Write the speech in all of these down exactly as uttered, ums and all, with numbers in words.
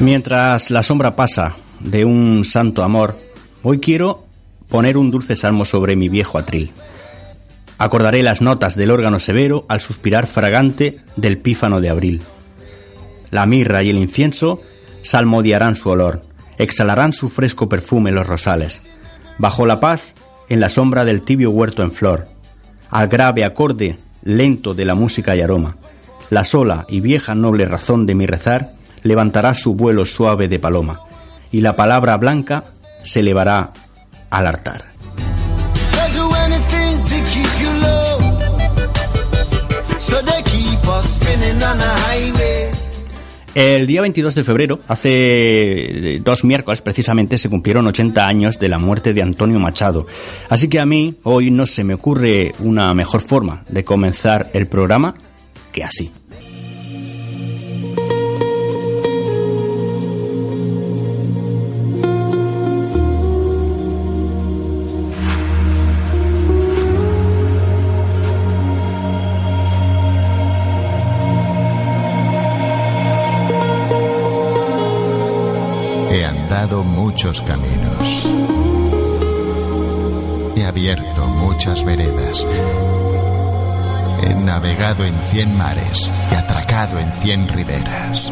Mientras la sombra pasa de un santo amor, hoy quiero poner un dulce salmo sobre mi viejo atril. Acordaré las notas del órgano severo al suspirar fragante del pífano de abril. La mirra y el incienso salmodiarán su olor, exhalarán su fresco perfume los rosales. Bajo la paz, en la sombra del tibio huerto en flor, al grave acorde lento de la música y aroma, la sola y vieja noble razón de mi rezar levantará su vuelo suave de paloma, y la palabra blanca se elevará al altar. El día veintidós de febrero, hace dos miércoles precisamente, se cumplieron ochenta años de la muerte de Antonio Machado. Así que a mí hoy no se me ocurre una mejor forma de comenzar el programa que así. Muchos caminos. He abierto muchas veredas. He navegado en cien mares y atracado en cien riberas.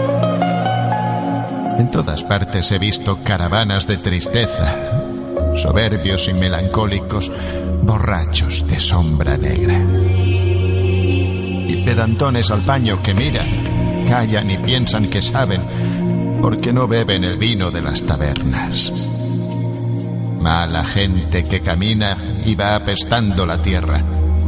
En todas partes he visto caravanas de tristeza, soberbios y melancólicos, borrachos de sombra negra. Y pedantones al paño que miran, callan y piensan que saben, porque no beben el vino de las tabernas. Mala gente que camina y va apestando la tierra.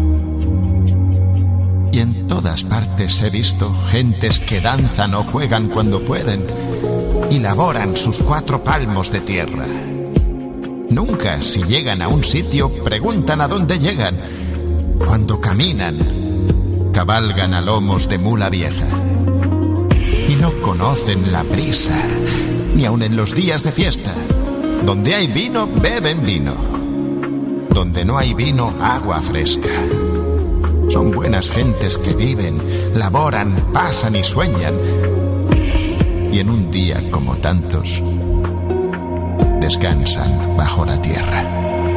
Y en todas partes he visto gentes que danzan o juegan cuando pueden y laboran sus cuatro palmos de tierra. Nunca, si llegan a un sitio, preguntan a dónde llegan. Cuando caminan, cabalgan a lomos de mula vieja. Y no conocen la prisa, ni aun en los días de fiesta. Donde hay vino, beben vino. Donde no hay vino, agua fresca. Son buenas gentes que viven, laboran, pasan y sueñan. Y en un día como tantos, descansan bajo la tierra.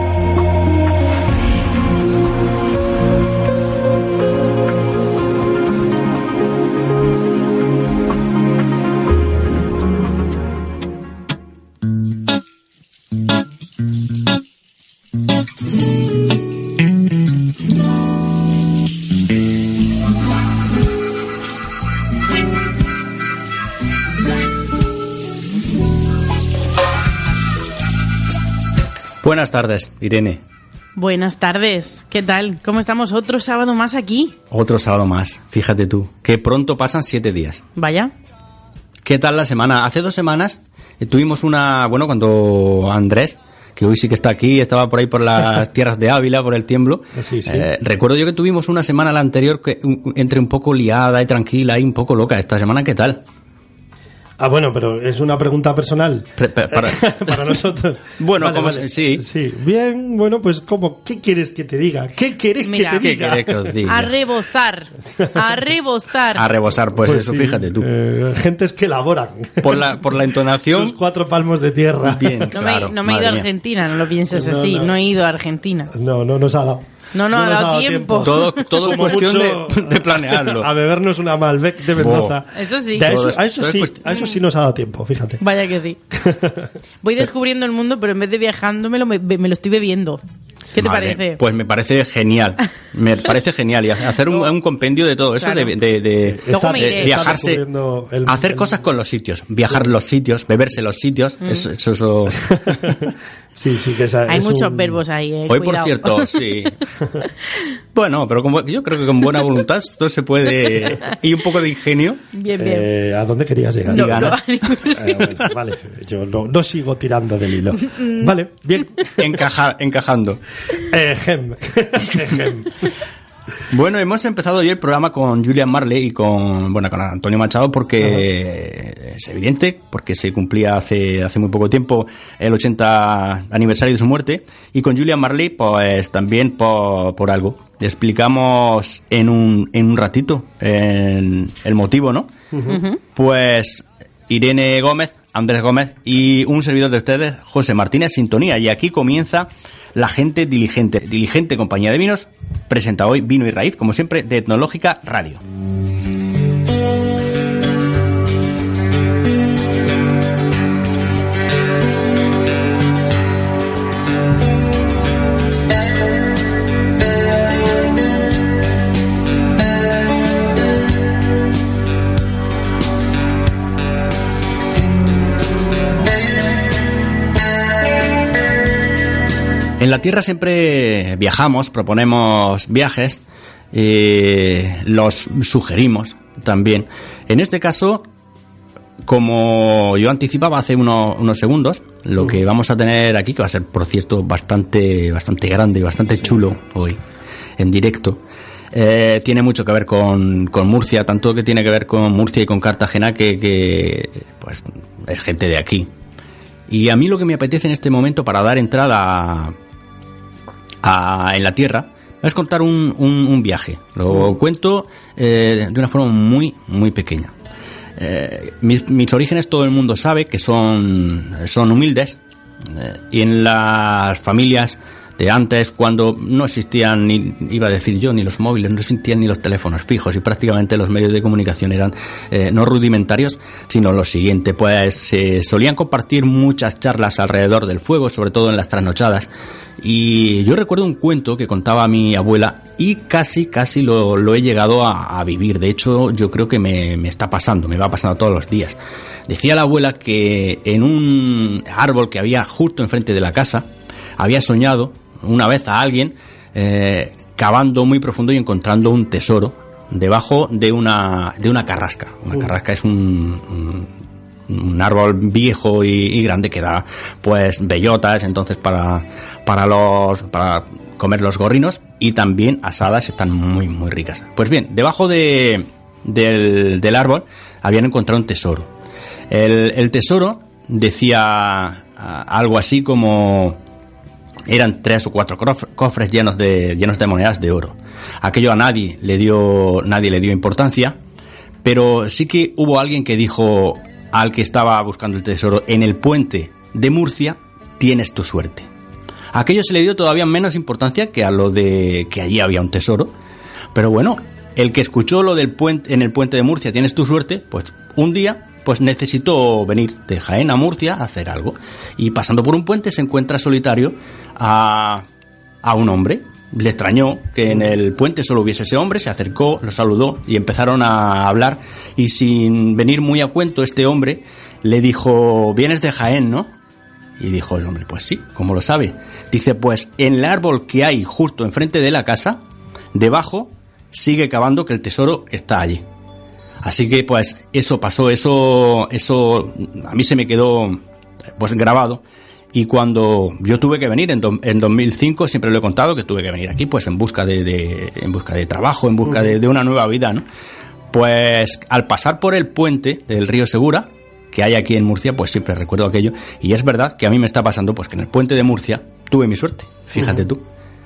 Buenas tardes, Irene. Buenas tardes, ¿qué tal? ¿Cómo estamos? Otro sábado más aquí. Otro sábado más, fíjate tú, que pronto pasan siete días. Vaya. ¿Qué tal la semana? Hace dos semanas tuvimos una, bueno, cuando Andrés, que hoy sí que está aquí, estaba por ahí por las tierras de Ávila, por el Tiemblo. Sí, sí. Eh, recuerdo yo que tuvimos una semana la anterior que entre un poco liada y tranquila y un poco loca. ¿Esta semana qué tal? Ah, bueno, pero es una pregunta personal. Pre- pre- para... para nosotros. Bueno, vale, como vale. sí. Sí, bien, bueno, pues ¿cómo? ¿Qué quieres que te diga? ¿Qué quieres Mira, que te ¿Qué diga? querés que os diga? A rebosar, a rebosar. A rebosar, pues, Pues eso, sí, fíjate tú. Eh, gentes que laboran. Por la, por la entonación. Sus cuatro palmos de tierra. Bien, No claro. me, no me he ido a madre mía. Argentina, no lo pienses No, así, no. no he ido a Argentina. No, no nos ha dado. No, no, ha nos dado tiempo. Todo, todo es Como cuestión mucho, de, de planearlo. A bebernos una Malbec de Mendoza. Eso sí. De a, eso, Todo es- a, eso todo es sí cuestión- a eso sí nos ha dado tiempo, fíjate. Vaya que sí. Voy descubriendo el mundo, pero en vez de viajándomelo, me, me lo estoy bebiendo. ¿Qué te Vale, parece? Pues me parece genial. Me parece genial. Y hacer un, un compendio de todo eso, Claro. de, de, de- Luego me de iré. viajarse, descubriendo el- hacer el- cosas con los sitios, viajar los sitios, beberse los sitios. Mm. Eso, eso, eso. Sí, sí, que esa, Hay es muchos un- verbos ahí, eh. Hoy, cuidado. por cierto, sí. Bueno, pero con bu- yo creo que con buena voluntad esto se puede. Y un poco de ingenio. Bien, bien. Eh, ¿A dónde querías llegar? no, díganos. no, a ningún sitio. Eh, bueno, vale, yo no, no sigo tirando del hilo. Vale, bien. Encaja, encajando. Eh, gem. Gem. Bueno, hemos empezado hoy el programa con Julian Marley y con, bueno, con Antonio Machado porque es evidente, porque se cumplía hace, hace muy poco tiempo el ochenta aniversario de su muerte, y con Julian Marley pues también por, por algo. Le explicamos en un, en un ratito en el motivo, ¿no? Ujú. Pues Irene Gómez, Andrés Gómez y un servidor de ustedes, José Martínez Sintonía. Y aquí comienza La Gente Diligente. Diligente Compañía de Vinos presenta hoy Vino y Raíz, como siempre, de Etnológica Radio. En la Tierra siempre viajamos, proponemos viajes, eh, los sugerimos también. En este caso, como yo anticipaba hace uno, unos segundos, lo que vamos a tener aquí, que va a ser, por cierto, bastante, bastante grande y bastante chulo hoy, en directo, eh, tiene mucho que ver con, con Murcia, tanto que tiene que ver con Murcia y con Cartagena, que, que pues es gente de aquí. Y a mí lo que me apetece en este momento, para dar entrada a A, en la Tierra, es contar un, un, un viaje. Lo cuento eh, de una forma muy, muy pequeña. Eh, mis, mis orígenes, todo el mundo sabe que son, son humildes, eh, y en las familias de antes, cuando no existían, ni, iba a decir yo, ni los móviles, no existían ni los teléfonos fijos, y prácticamente los medios de comunicación eran eh, no rudimentarios, sino lo siguiente, pues se eh, solían compartir muchas charlas alrededor del fuego, sobre todo en las trasnochadas. Y yo recuerdo un cuento que contaba mi abuela y casi, casi lo, lo he llegado a, a vivir. De hecho, yo creo que me, me está pasando, me va pasando todos los días. Decía la abuela que en un árbol que había justo enfrente de la casa, había soñado una vez a alguien eh, cavando muy profundo y encontrando un tesoro debajo de una, de una carrasca. Una carrasca es un... un un árbol viejo y, y grande que da pues bellotas, entonces para para los para comer los gorrinos, y también asadas, están muy muy ricas. Pues bien, debajo de del, del árbol habían encontrado un tesoro. El, el tesoro decía algo así como eran tres o cuatro cofres llenos de llenos de monedas de oro. Aquello a nadie le dio nadie le dio importancia, pero sí que hubo alguien que dijo al que estaba buscando el tesoro: en el puente de Murcia tienes tu suerte. A aquello se le dio todavía menos importancia que a lo de que allí había un tesoro. Pero bueno, el que escuchó lo del puente, en el puente de Murcia tienes tu suerte, pues un día pues necesitó venir de Jaén a Murcia a hacer algo. Y pasando por un puente se encuentra solitario a, a un hombre. Le extrañó que en el puente solo hubiese ese hombre, se acercó, lo saludó y empezaron a hablar, y sin venir muy a cuento este hombre le dijo: vienes de Jaén, ¿no? Y dijo el hombre: pues sí, ¿cómo lo sabe? Dice: pues en el árbol que hay justo enfrente de la casa, debajo, sigue cavando, que el tesoro está allí. Así que pues eso pasó, eso, eso a mí se me quedó pues grabado. Y cuando yo tuve que venir en, do, en dos mil cinco, siempre lo he contado, que tuve que venir aquí pues en busca de, de en busca de trabajo, en busca de, de una nueva vida, ¿no? Pues al pasar por el puente del río Segura, que hay aquí en Murcia, pues siempre recuerdo aquello. Y es verdad que a mí me está pasando pues que en el puente de Murcia tuve mi suerte. Fíjate uh-huh. tú,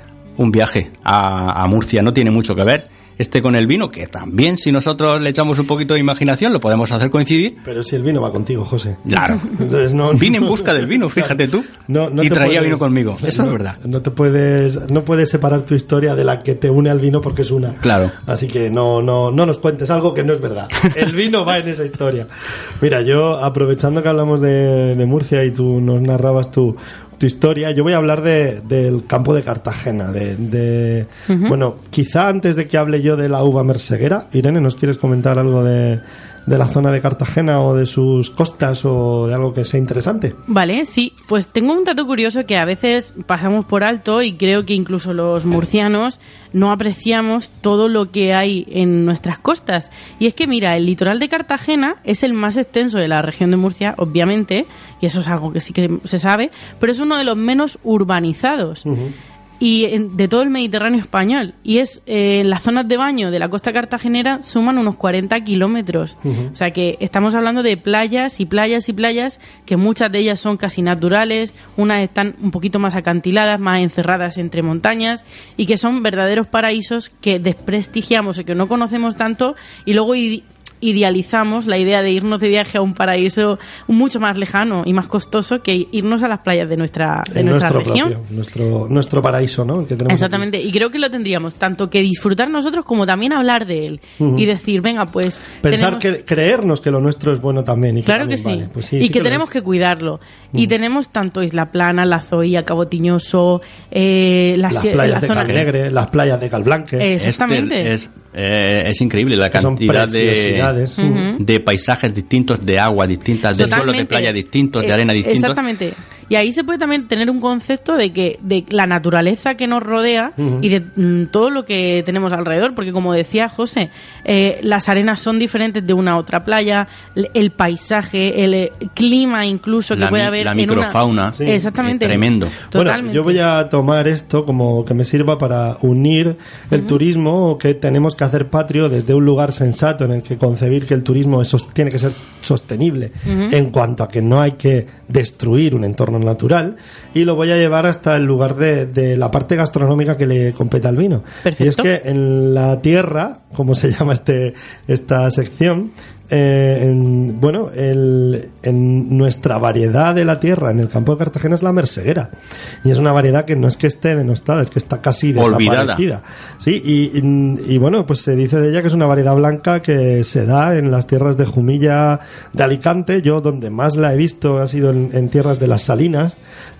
un viaje a, a Murcia no tiene mucho que ver este con el vino, que también, si nosotros le echamos un poquito de imaginación, lo podemos hacer coincidir. Pero si el vino va contigo, José. Claro. Entonces, no, Vine no, en busca del vino, fíjate tú. No, no y traía puedes, vino conmigo. Eso no, es verdad. No te puedes, no puedes separar tu historia de la que te une al vino, porque es una. Claro. Así que no, no, no nos cuentes algo que no es verdad. El vino va en esa historia. Mira, yo, aprovechando que hablamos de, de Murcia y tú nos narrabas tu, tu historia, yo voy a hablar de, del campo de Cartagena. De, de uh-huh. Bueno, quizá antes de que hable yo de la uva merseguera, Irene, ¿nos quieres comentar algo de, de la zona de Cartagena o de sus costas o de algo que sea interesante? Vale, sí. Pues tengo un dato curioso que a veces pasamos por alto, y creo que incluso los murcianos no apreciamos todo lo que hay en nuestras costas. Y es que, mira, el litoral de Cartagena es el más extenso de la región de Murcia, obviamente, y eso es algo que sí que se sabe, pero es uno de los menos urbanizados. Uh-huh. Y en, de todo el Mediterráneo español. Y es eh, en las zonas de baño de la costa cartagenera suman unos cuarenta kilómetros. Uh-huh. O sea que estamos hablando de playas y playas y playas, que muchas de ellas son casi naturales, unas están un poquito más acantiladas, más encerradas entre montañas, y que son verdaderos paraísos que desprestigiamos y que no conocemos tanto, y luego i- idealizamos la idea de irnos de viaje a un paraíso mucho más lejano y más costoso que irnos a las playas de nuestra, de nuestra nuestro región. Propio, nuestro, nuestro paraíso, ¿no? Que tenemos Exactamente, aquí. Y creo que lo tendríamos tanto que disfrutar nosotros como también hablar de él uh-huh. y decir, venga, pues... Pensar tenemos... que creernos que lo nuestro es bueno también. Y claro que, que también sí. Vale. Pues sí, y sí que, que tenemos que cuidarlo. Uh-huh. Y tenemos tanto Isla Plana, La Zoía, Cabo Tiñoso, eh, la, las playas la de zona... Calnegre, las playas de Calblanque. Exactamente. Este es, eh, es increíble la cantidad de, uh-huh. de paisajes distintos, de agua distintas, de suelos de playa distintos, de arena distintos. Exactamente. Y ahí se puede también tener un concepto de que de la naturaleza que nos rodea uh-huh. y de mm, todo lo que tenemos alrededor, porque como decía José, eh, las arenas son diferentes de una a otra playa, el paisaje, el, el clima incluso que la, puede haber la en microfauna, una... sí. Exactamente. Es tremendo. Totalmente. Bueno, yo voy a tomar esto como que me sirva para unir el uh-huh. turismo que tenemos que hacer patrio desde un lugar sensato en el que concebir que el turismo es, tiene que ser sostenible uh-huh. en cuanto a que no hay que destruir un entorno natural, y lo voy a llevar hasta el lugar de, de la parte gastronómica que le compete al vino. Perfecto. Y es que en la tierra, como se llama este esta sección, eh, en, bueno, el, en nuestra variedad de la tierra en el campo de Cartagena es la merseguera, y es una variedad que no es que esté denostada, es que está casi desaparecida. Olvidada. Sí, y, y, y bueno, pues se dice de ella que es una variedad blanca que se da en las tierras de Jumilla de Alicante. Yo donde más la he visto ha sido en, en tierras de las Salinas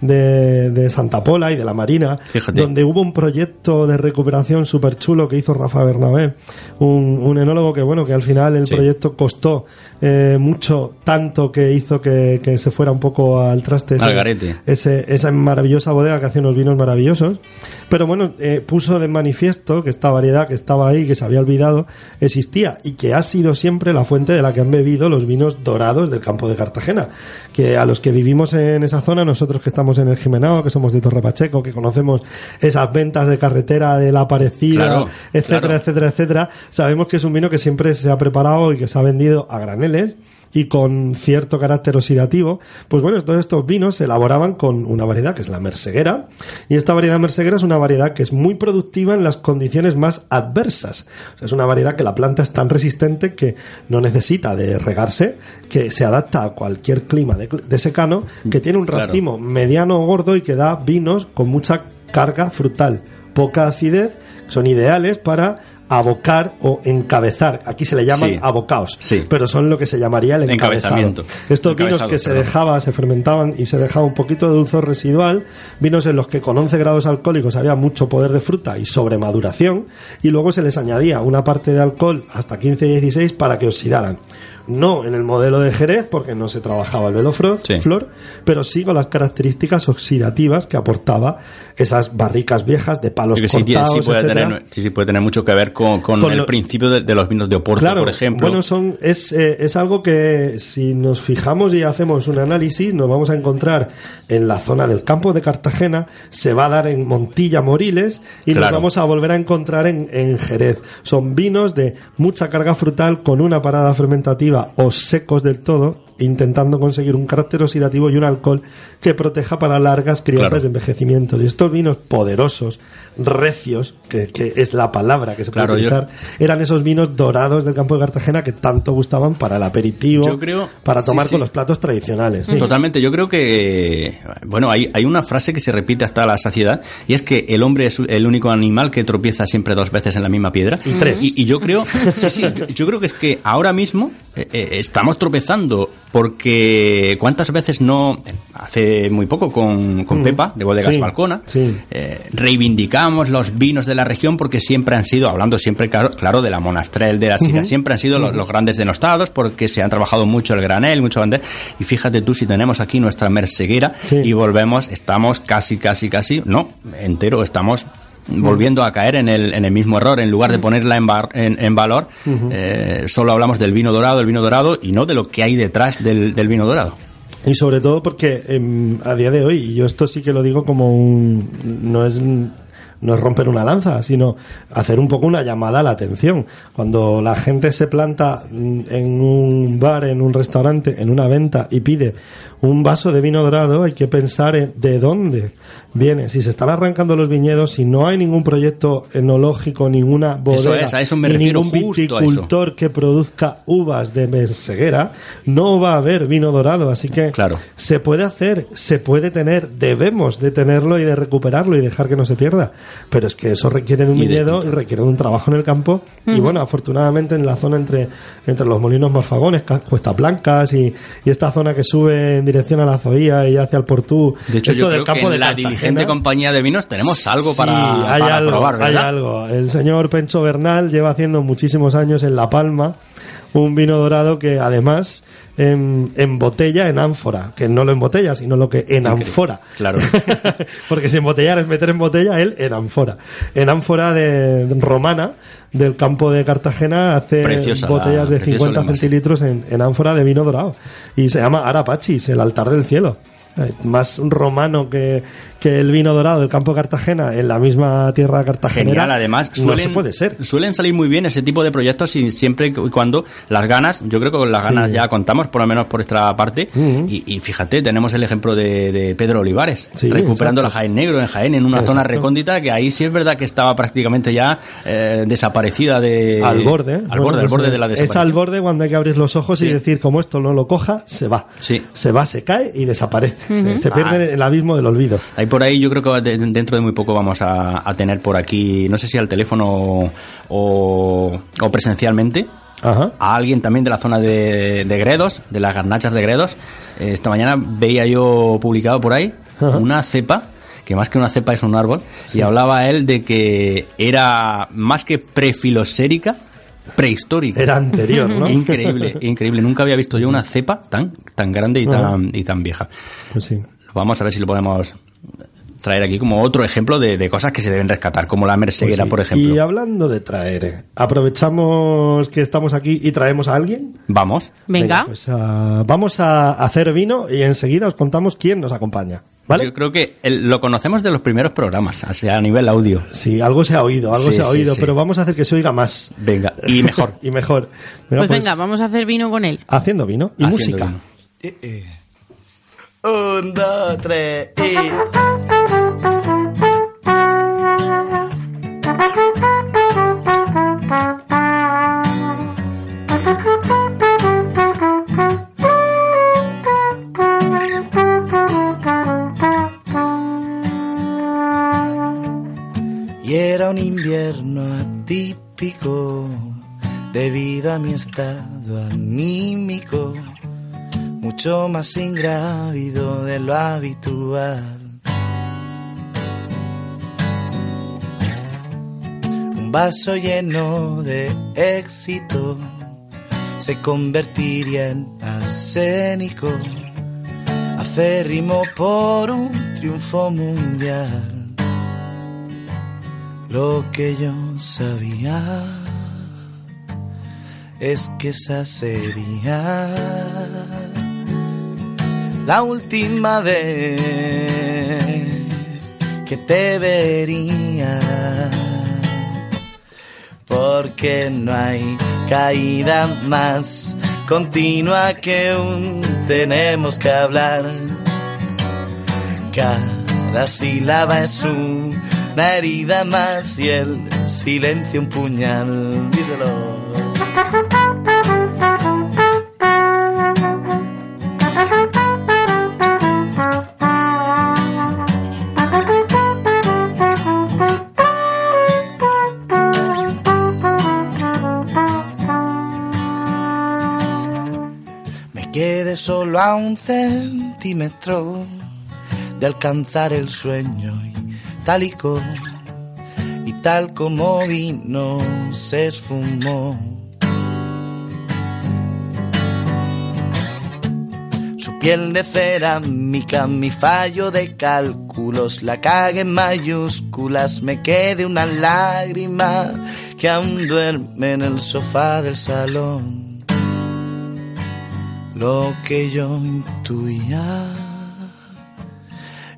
de, de Santa Pola y de la Marina. Fíjate. Donde hubo un proyecto de recuperación súper chulo que hizo Rafa Bernabé, un, un enólogo que bueno, que al final el sí. proyecto costó Eh, mucho, tanto que hizo que, que se fuera un poco al traste ese, ese, esa maravillosa bodega que hace unos vinos maravillosos, pero bueno, eh, puso de manifiesto que esta variedad que estaba ahí, que se había olvidado, existía, y que ha sido siempre la fuente de la que han bebido los vinos dorados del campo de Cartagena, que a los que vivimos en esa zona, nosotros que estamos en el Jimenao, que somos de Torre Pacheco, que conocemos esas ventas de carretera de La Aparecida, claro, etcétera, claro. etcétera, etcétera, sabemos que es un vino que siempre se ha preparado y que se ha vendido a graneles y con cierto carácter oxidativo. Pues bueno, todos estos vinos se elaboraban con una variedad que es la merseguera, y esta variedad merseguera es una variedad que es muy productiva en las condiciones más adversas. O sea, es una variedad que la planta es tan resistente que no necesita de regarse, que se adapta a cualquier clima de, de secano, que tiene un racimo claro. mediano o gordo y que da vinos con mucha carga frutal, poca acidez, son ideales para abocar o encabezar. Aquí se le llaman sí, abocaos, sí. pero son lo que se llamaría el encabezamiento. Estos vinos que se dejaba, se fermentaban y se dejaba un poquito de dulzor residual, vinos en los que con once grados alcohólicos había mucho poder de fruta y sobremaduración, y luego se les añadía una parte de alcohol hasta quince y dieciséis para que oxidaran. No en el modelo de Jerez, porque no se trabajaba el veloflor, sí. flor, pero sí con las características oxidativas que aportaba esas barricas viejas de palos sí, cortados, sí, sí, puede tener, sí, sí puede tener mucho que ver con, con, con el lo, principio de, de los vinos de Oporto, claro, por ejemplo. Bueno, son, es, eh, es algo que si nos fijamos y hacemos un análisis, nos vamos a encontrar en la zona del campo de Cartagena, se va a dar en Montilla, Moriles, y claro. nos vamos a volver a encontrar en, en Jerez. Son vinos de mucha carga frutal con una parada fermentativa o secos del todo, intentando conseguir un carácter oxidativo y un alcohol que proteja para largas crianzas claro. de envejecimiento. Y estos vinos poderosos, recios, que, que es la palabra que se puede claro, utilizar, yo... eran esos vinos dorados del campo de Cartagena que tanto gustaban para el aperitivo, yo creo... para tomar sí, con sí. los platos tradicionales. Sí. Totalmente, yo creo que bueno, hay, hay una frase que se repite hasta la saciedad, y es que el hombre es el único animal que tropieza siempre dos veces en la misma piedra. Y tres. Y, y yo creo sí, sí, yo, yo creo que es que ahora mismo eh, eh, estamos tropezando, porque cuántas veces no, hace muy poco con, con mm. Pepa de Bodegas sí, Balcona sí. Eh, reivindicamos los vinos de la región, porque siempre han sido, hablando siempre claro, claro de la Monastrell, de la Syrah, uh-huh. siempre han sido uh-huh. los, los grandes denostados, porque se han trabajado mucho el granel, mucho bandera, y fíjate tú, si tenemos aquí nuestra merseguera sí. y volvemos, estamos casi, casi, casi, no, entero, estamos volviendo a caer en el en el mismo error. En lugar de ponerla en, bar, en, en valor, uh-huh. eh, solo hablamos del vino dorado, el vino dorado, y no de lo que hay detrás del, del vino dorado. Y sobre todo porque eh, a día de hoy, y yo esto sí que lo digo como un, no es no es romper una lanza, sino hacer un poco una llamada a la atención. Cuando la gente se planta en un bar, en un restaurante, en una venta y pide un vaso de vino dorado, hay que pensar en de dónde viene. Si se están arrancando los viñedos, si no hay ningún proyecto enológico, ninguna bodega, eso es, a eso me ni refiero, ningún justo viticultor que produzca uvas de Menseguera, no va a haber vino dorado. Así que claro, se puede hacer, se puede tener, debemos de tenerlo y de recuperarlo y dejar que no se pierda. Pero es que eso requiere de un y viñedo de... y requiere de un trabajo en el campo. Uh-huh. Y bueno, afortunadamente en la zona entre, entre los Molinos Morfagones, Cuesta Blancas y, y esta zona que sube en dirección a la Zoía y hacia el Portú, de hecho, esto yo del creo campo que en de la Cartagena, diligente compañía de vinos tenemos algo sí, para, hay para algo, probar, ¿verdad? Hay algo. El señor Pencho Bernal lleva haciendo muchísimos años en La Palma un vino dorado que además en, en botella, en ánfora, que no lo embotella, sino lo que en ánfora. Claro. Porque si embotellar es meter en botella, él en ánfora. En ánfora de, de romana del campo de Cartagena hace preciosa botellas la, de cincuenta centilitros en, en ánfora de vino dorado. Y se llama Arapachis, el altar del cielo. Más romano que, que el vino dorado del campo de Cartagena en la misma tierra cartagenera. Genial, además suelen, no se puede ser. Suelen salir muy bien ese tipo de proyectos y siempre y cuando las ganas, yo creo que con las ganas sí. ya contamos, por lo menos por esta parte. Uh-huh. y, y fíjate, tenemos el ejemplo de, de Pedro Olivares, sí, recuperando exacto. la Jaén Negro en Jaén, en una exacto. zona recóndita que ahí sí es verdad que estaba prácticamente ya eh, desaparecida de... Al borde. Al bueno, borde, al borde pues, de la desaparición. Es al borde cuando hay que abrir los ojos sí. y decir, como esto no lo coja, se va. Sí. Se va, se cae y desaparece. Uh-huh. Se, se pierde ah. en el abismo del olvido. Ahí por ahí yo creo que de, dentro de muy poco vamos a, a tener por aquí, no sé si al teléfono o, o presencialmente, Ajá. a alguien también de la zona de, de Gredos, de las garnachas de Gredos. Esta mañana veía yo publicado por ahí Ajá. una cepa, que más que una cepa es un árbol, sí. y hablaba él de que era más que prefilosérica, prehistórica. Era anterior, ¿no? Increíble, increíble. Nunca había visto yo una cepa tan tan grande y tan, y tan vieja. Pues sí. Vamos a ver si lo podemos traer aquí como otro ejemplo de, de cosas que se deben rescatar, como la Menseguera, pues sí. por ejemplo. Y hablando de traer, aprovechamos que estamos aquí y traemos a alguien. Vamos. Venga. Venga pues uh, vamos a hacer vino y enseguida os contamos quién nos acompaña. ¿Vale? Yo creo que el, lo conocemos de los primeros programas, o sea, a nivel audio. Sí, algo se ha oído, algo sí, se ha oído, sí, pero sí. vamos a hacer que se oiga más. Venga, y mejor. y mejor. Venga, pues, pues venga, vamos a hacer vino con él. Haciendo vino y haciendo música. Vino. Eh, eh. Un, dos, tres, y... Y era un invierno atípico debido a mi estado anímico, mucho más ingrávido de lo habitual. Un vaso lleno de éxito se convertiría en arsénico, acérrimo por un triunfo mundial. Lo que yo sabía es que esa sería la última vez que te vería, porque no hay caída más continua que un tenemos que hablar. Cada sílaba es una herida más y el silencio un puñal. Díselo. Me quedé solo a un centímetro de alcanzar el sueño y tal y como, y tal como vino se esfumó. Su piel de cerámica, mi fallo de cálculos, la cagué en mayúsculas, me quedé una lágrima que aún duerme en el sofá del salón. Lo que yo intuía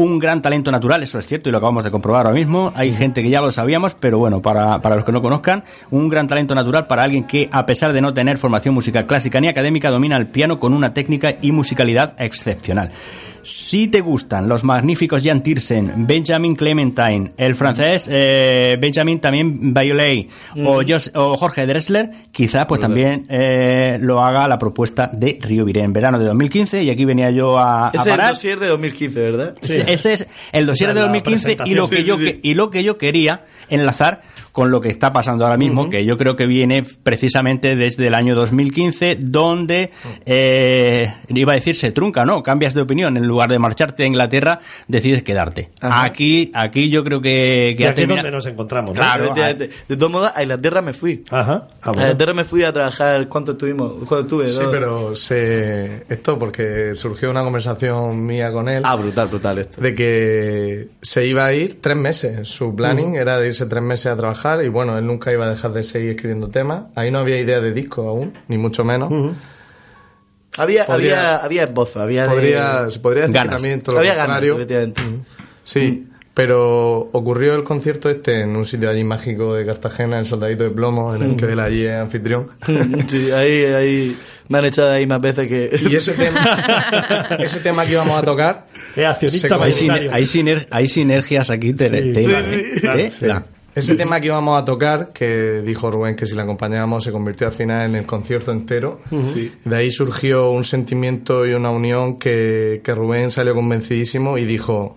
un gran talento natural, eso es cierto y lo acabamos de comprobar ahora mismo. Hay gente que ya lo sabíamos, pero bueno, para, para los que no conozcan, un gran talento natural para alguien que, a pesar de no tener formación musical clásica ni académica, domina el piano con una técnica y musicalidad excepcional. Si te gustan los magníficos Jan Tiersen, Benjamin Clementine, el francés eh, Benjamin también Violet mm. o, Jos- o Jorge Drexler, quizá pues ¿verdad? también eh, lo haga la propuesta de Río Viré en verano de dos mil quince, y aquí venía yo a, a ese parar. Es el dossier de dos mil quince, ¿verdad? Sí. Ese es el dossier de dos mil quince y lo que sí, yo sí, sí. Que, y lo que yo quería enlazar con lo que está pasando ahora mismo, uh-huh. que yo creo que viene precisamente desde el año dos mil quince, donde eh, iba a decir se trunca, no, cambias de opinión, en lugar de marcharte a Inglaterra decides quedarte. Ajá. Aquí aquí yo creo que, que y aquí termina... es donde nos encontramos, ¿no? Claro, de, de, de todos modos a Inglaterra me fui. Ajá. Ah, bueno. A Inglaterra me fui a trabajar. ¿Cuánto estuvimos? ¿Cuánto estuve? Sí, ¿no? Pero se esto porque surgió una conversación mía con él. Ah, brutal, brutal esto. De que se iba a ir tres meses. Su planning uh-huh. era de irse tres meses a trabajar. Y bueno, él nunca iba a dejar de seguir escribiendo temas. Ahí no había idea de disco aún, ni mucho menos. Uh-huh. Había, podría, había, había esbozo, había podría, de... se podría decir ganas. también todo había lo contrario. Ganas, efectivamente. Uh-huh. Sí, uh-huh. Pero ocurrió el concierto este en un sitio allí mágico de Cartagena, el Soldadito de Plomo, en el que él allí es anfitrión. Sí, ahí, ahí me han echado ahí más veces que... Y ese tema, ese tema que íbamos a tocar... Es accionista hay, siner, hay, siner, hay sinergias aquí, te, sí. te, iban, ¿eh? Sí, ¿Eh? Sí. Ese tema que íbamos a tocar, que dijo Rubén que si le acompañábamos, se convirtió al final en el concierto entero. Uh-huh. Sí. De ahí surgió un sentimiento y una unión que, que Rubén salió convencidísimo y dijo: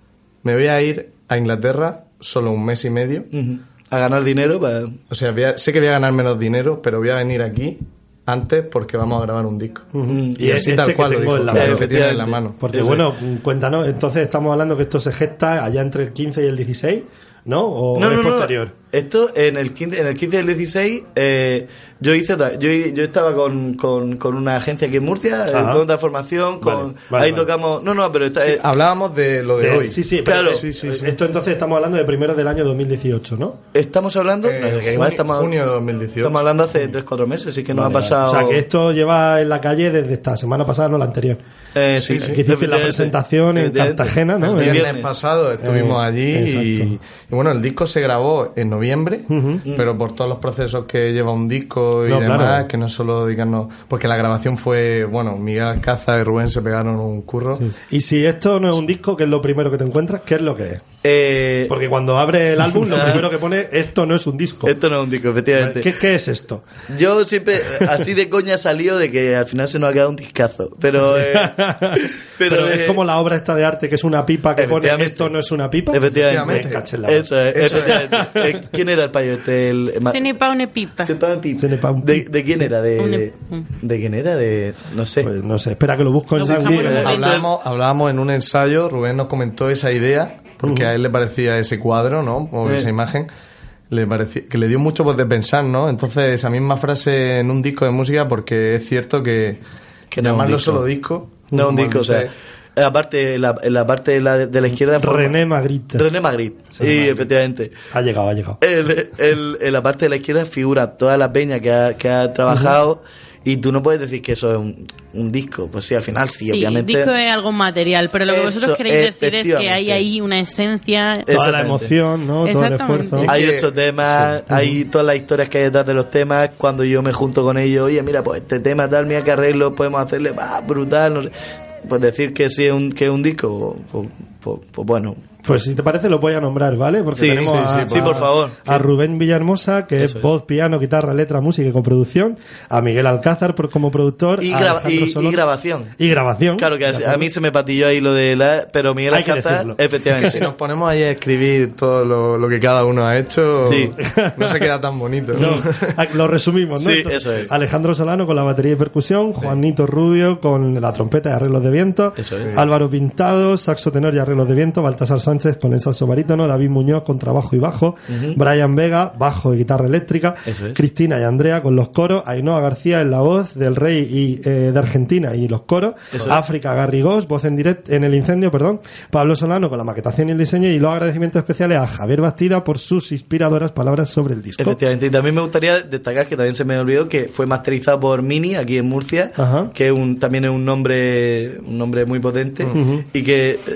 me voy a ir a Inglaterra solo un mes y medio. Uh-huh. A ganar dinero. Para... O sea, voy a, sé que voy a ganar menos dinero, pero voy a venir aquí antes porque vamos a grabar un disco. Uh-huh. Y, y así este tal cual lo dijo, en la mano, que tiene en la mano. Porque Eso bueno, es. Cuéntanos, entonces estamos hablando que esto se gesta allá entre el quince y el dieciséis, ¿no? ¿O no, es no, posterior? No. Esto en el quince, en el quince y el dieciséis eh, yo hice otra, yo, yo estaba con, con, con una agencia aquí en Murcia, eh, con otra formación, con, vale, vale, ahí vale. tocamos, no, no, pero está, sí, eh, hablábamos de lo de, de hoy. Sí, sí, claro. Pero, sí, sí, sí. Esto entonces estamos hablando de primero del año dos mil dieciocho, ¿no? Estamos hablando, eh, no, junio, igual estamos, junio de dos mil dieciocho. Estamos hablando hace tres cuatro meses, así que vale, nos ha pasado. Vale. O sea, que esto lleva en la calle desde esta semana pasada, no la anterior. Eh, sí, que sí, hiciste sí, la presentación en Cartagena, ¿no? El viernes pasado estuvimos eh, allí y, y bueno, el disco se grabó en noviembre, uh-huh. pero por todos los procesos que lleva un disco y no, demás, claro. que no solo dedicarnos, porque la grabación fue, bueno, Miguel Alcázar y Rubén se pegaron un curro. Sí. Y si esto no es un disco, ¿qué es lo primero que te encuentras? ¿Qué es lo que es? Eh... Porque cuando abre el álbum, lo primero que pone, esto no es un disco. Esto no es un disco, efectivamente. ¿Qué, qué es esto? Yo siempre, así de coña salió de que al final se nos ha quedado un discazo. Pero, eh, pero, pero eh, es como la obra esta de arte que es una pipa que pone esto no es una pipa. Efectivamente. efectivamente. Eso es. Eso efectivamente. Es. ¿Quién era el payo este? El, Se ne pa une pipa. Se pa pipa. ¿De, ¿De quién era? De, de, ¿De quién era? De, no sé. Pues no sé, espera que lo busco en sí, sí, hablábamos, hablábamos en un ensayo, Rubén nos comentó esa idea. Porque uh-huh. a él le parecía ese cuadro, ¿no? O eh. esa imagen, le parecía, que le dio mucho pues, de pensar, ¿no? Entonces, esa misma frase en un disco de música, porque es cierto que, que no llamarlo disco. solo disco... No, un disco, o sea... La parte, la, la parte de la, de la izquierda... René Magritte. René Magritte, sí, sí efectivamente. Ha llegado, ha llegado. El, el, en la parte de la izquierda figura toda la peña que ha, que ha trabajado... Uh-huh. Y tú no puedes decir que eso es un, un disco. Pues sí, al final sí, sí obviamente. El disco es algo material, pero lo que vosotros queréis decir es que hay ahí una esencia. Toda la emoción, ¿no? Todo el esfuerzo. Hay ocho temas, sí. hay todas las historias que hay detrás de los temas. Cuando yo me junto con ellos, oye, mira, pues este tema tal, mira que arreglo, podemos hacerle, va, brutal, no sé. Pues decir que sí es un, que es un disco, pues, pues, pues bueno. Pues si te parece lo voy a nombrar, ¿vale? Porque sí, tenemos sí, a, sí, a, por favor. a Rubén Villahermosa, que Eso es voz, es. piano, guitarra, letra, música y coproducción, a Miguel Alcázar por, como productor, y, a gra- y, y grabación. Y grabación. Claro que a mí se me patilló ahí lo de la... Pero Miguel Hay Alcázar, efectivamente. Si nos ponemos ahí a escribir todo lo, lo que cada uno ha hecho, sí. no se queda tan bonito. No, lo resumimos, ¿no? Sí, Entonces, eso es. Alejandro Solano con la batería y percusión, Juanito Rubio con la trompeta y arreglos de viento, eso es. Álvaro Pintado, saxo tenor y arreglos de viento, Baltasar Sánchez con el saxo barítono, David Muñoz con trabajo y bajo, uh-huh. Brian Vega, bajo y guitarra eléctrica, es. Cristina y Andrea con los coros, Ainhoa García en la voz del Rey y, eh, de Argentina y los coros, Eso África es. Garrigós, voz en directo en el incendio, perdón, Pablo Solano con la maquetación y el diseño, y los agradecimientos especiales a Javier Bastida por sus inspiradoras palabras sobre el disco. Efectivamente, y también me gustaría destacar que también se me olvidó que fue masterizado por Mini aquí en Murcia, Ajá. que un, también es un nombre un nombre muy potente, uh-huh. y que eh, y,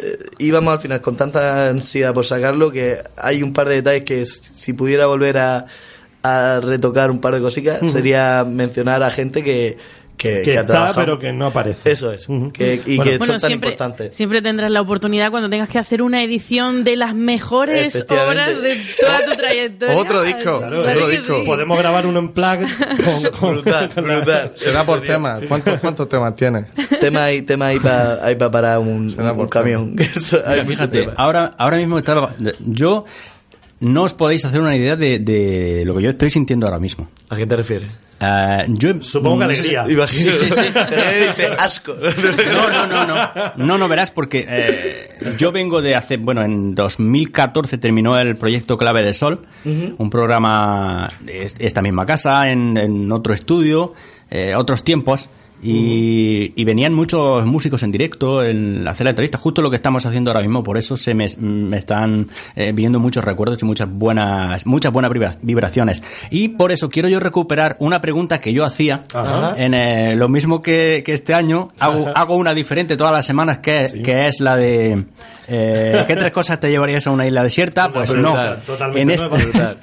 íbamos al final con tanta ansiedad por sacarlo que hay un par de detalles que si pudiera volver a, a retocar un par de cositas uh-huh. sería mencionar a gente que que, que, que está pero que no aparece. Eso es. Uh-huh. Que, y bueno, que bueno, son tan siempre, importantes. Siempre tendrás la oportunidad cuando tengas que hacer una edición de las mejores obras de toda tu trayectoria. Otro disco. Claro, otro claro disco. Sí. Podemos grabar uno en plug con, con brutal, con brutal. Será por temas. ¿Cuántos, ¿Cuántos temas tiene? Tema ahí, tema ahí para ahí pa parar un, un camión. Mira, fíjate, ahora, ahora mismo estaba, yo no os podéis hacer una idea de, de lo que yo estoy sintiendo ahora mismo. ¿A qué te refieres? Uh, yo supongo que alegría. Imagino. Sí, sí, sí. Dice asco. No, no, no, no. No, no verás porque eh, yo vengo de hace, bueno, en dos mil catorce terminó el proyecto Clave de Sol, uh-huh. un programa de esta misma casa, en, en otro estudio, eh, otros tiempos. Y, y venían muchos músicos en directo en hacer la entrevista, justo lo que estamos haciendo ahora mismo, por eso se me, me están eh, viniendo muchos recuerdos y muchas buenas muchas buenas vibraciones. Y por eso quiero yo recuperar una pregunta que yo hacía. Ajá. En eh, lo mismo que, que este año, hago, hago una diferente todas las semanas, que, sí. que es la de eh, ¿qué tres cosas te llevarías a una isla desierta? Pues brutal, no. En, este,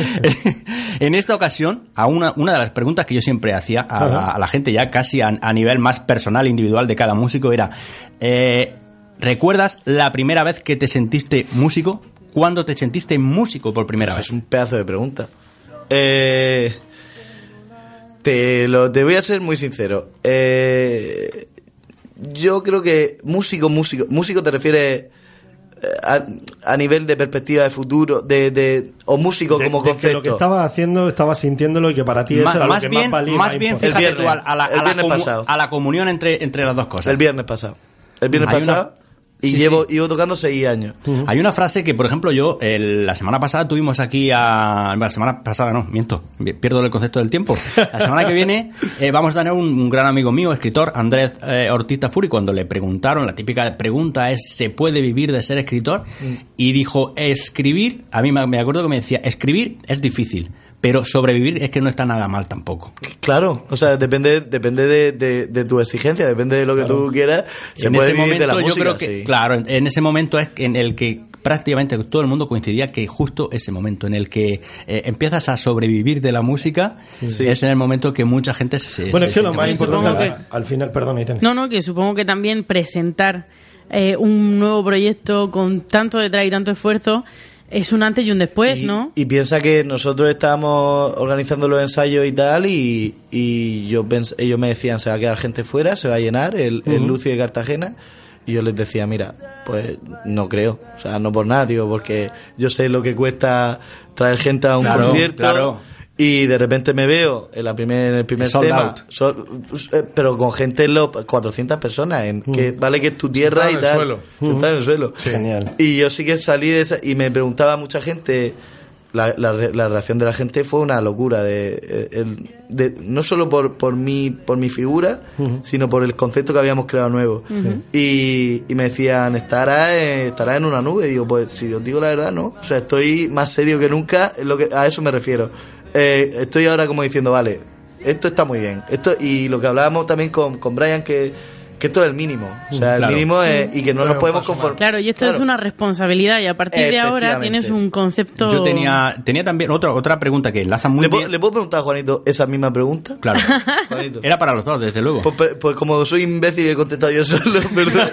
en esta ocasión, a una, una de las preguntas que yo siempre hacía a, la, a la gente ya casi a, a nivel más personal, individual de cada músico era, eh, ¿recuerdas la primera vez que te sentiste músico? ¿Cuándo te sentiste músico por primera Eso vez? Es un pedazo de pregunta. Eh, te, lo, te voy a ser muy sincero. Eh, yo creo que músico, músico, músico te refieres a, a nivel de perspectiva de futuro, de, de o músico de, como de concepto. Que lo que estaba haciendo, estaba sintiéndolo y que para ti eso más, era más lo que bien, más valía. Más bien, fíjate viernes, tú, a, a la, a, la comu- a la comunión entre, entre las dos cosas. El viernes pasado. El viernes Hay pasado. Una... Y sí, llevo, sí. llevo tocando seis años. Uh-huh. Hay una frase que, por ejemplo, yo el, la semana pasada tuvimos aquí a... La semana pasada no, miento, pierdo el concepto del tiempo. La semana que viene eh, vamos a tener un, un gran amigo mío, escritor, Andrés eh, Ortiz Tafuri, cuando le preguntaron, la típica pregunta es ¿se puede vivir de ser escritor? Mm. Y dijo, escribir, a mí me, me acuerdo que me decía, escribir es difícil, pero sobrevivir es que no está nada mal tampoco. Claro, o sea, depende depende de, de, de tu exigencia, depende de lo que claro. tú quieras. Se en puede ese vivir momento de la yo música, creo que, sí. claro, en, en ese momento es en el que prácticamente todo el mundo coincidía que justo ese momento en el que eh, empiezas a sobrevivir de la música sí. es sí. en el momento que mucha gente se... Bueno, se, es que se lo más importante que, al, al final, perdón, Irene. No, no, que supongo que también presentar eh, un nuevo proyecto con tanto detrás y tanto esfuerzo es un antes y un después, y, ¿no? Y piensa que nosotros estábamos organizando los ensayos y tal, y, y yo pens- ellos me decían, se va a quedar gente fuera, se va a llenar el, uh-huh. el Lucio de Cartagena, y yo les decía, mira, pues no creo, o sea, no por nada, digo, porque yo sé lo que cuesta traer gente a un claro, concierto, claro. Y de repente me veo en la primer, en el primer Sold tema, so, pero con gente, en los cuatrocientas personas, en mm. que vale que es tu tierra y tal. Suelo. Mm. Está en el suelo. Sí. Genial. Y yo sí que salí de esa, y me preguntaba mucha gente, la, la, la reacción de la gente fue una locura, de, el, de no solo por, por, mi, por mi figura, uh-huh. sino por el concepto que habíamos creado nuevo. Uh-huh. Y, y me decían, estarás estará en una nube. Y digo, pues si os digo la verdad, no. O sea, estoy más serio que nunca, es lo que, a eso me refiero. Eh, estoy ahora como diciendo, vale, esto está muy bien. Esto y lo que hablábamos también con, con Brian, que, que esto es el mínimo. O sea, claro. el mínimo es, y que no nos podemos conformar. Claro, y esto claro. es una responsabilidad, y a partir de ahora tienes un concepto... Yo tenía tenía también otra otra pregunta que enlaza muy ¿Le bien. Puedo, ¿Le puedo preguntar a Juanito esa misma pregunta? Claro. Juanito. Era para los dos, desde luego. Pues, pues como soy imbécil y he contestado yo solo, ¿verdad?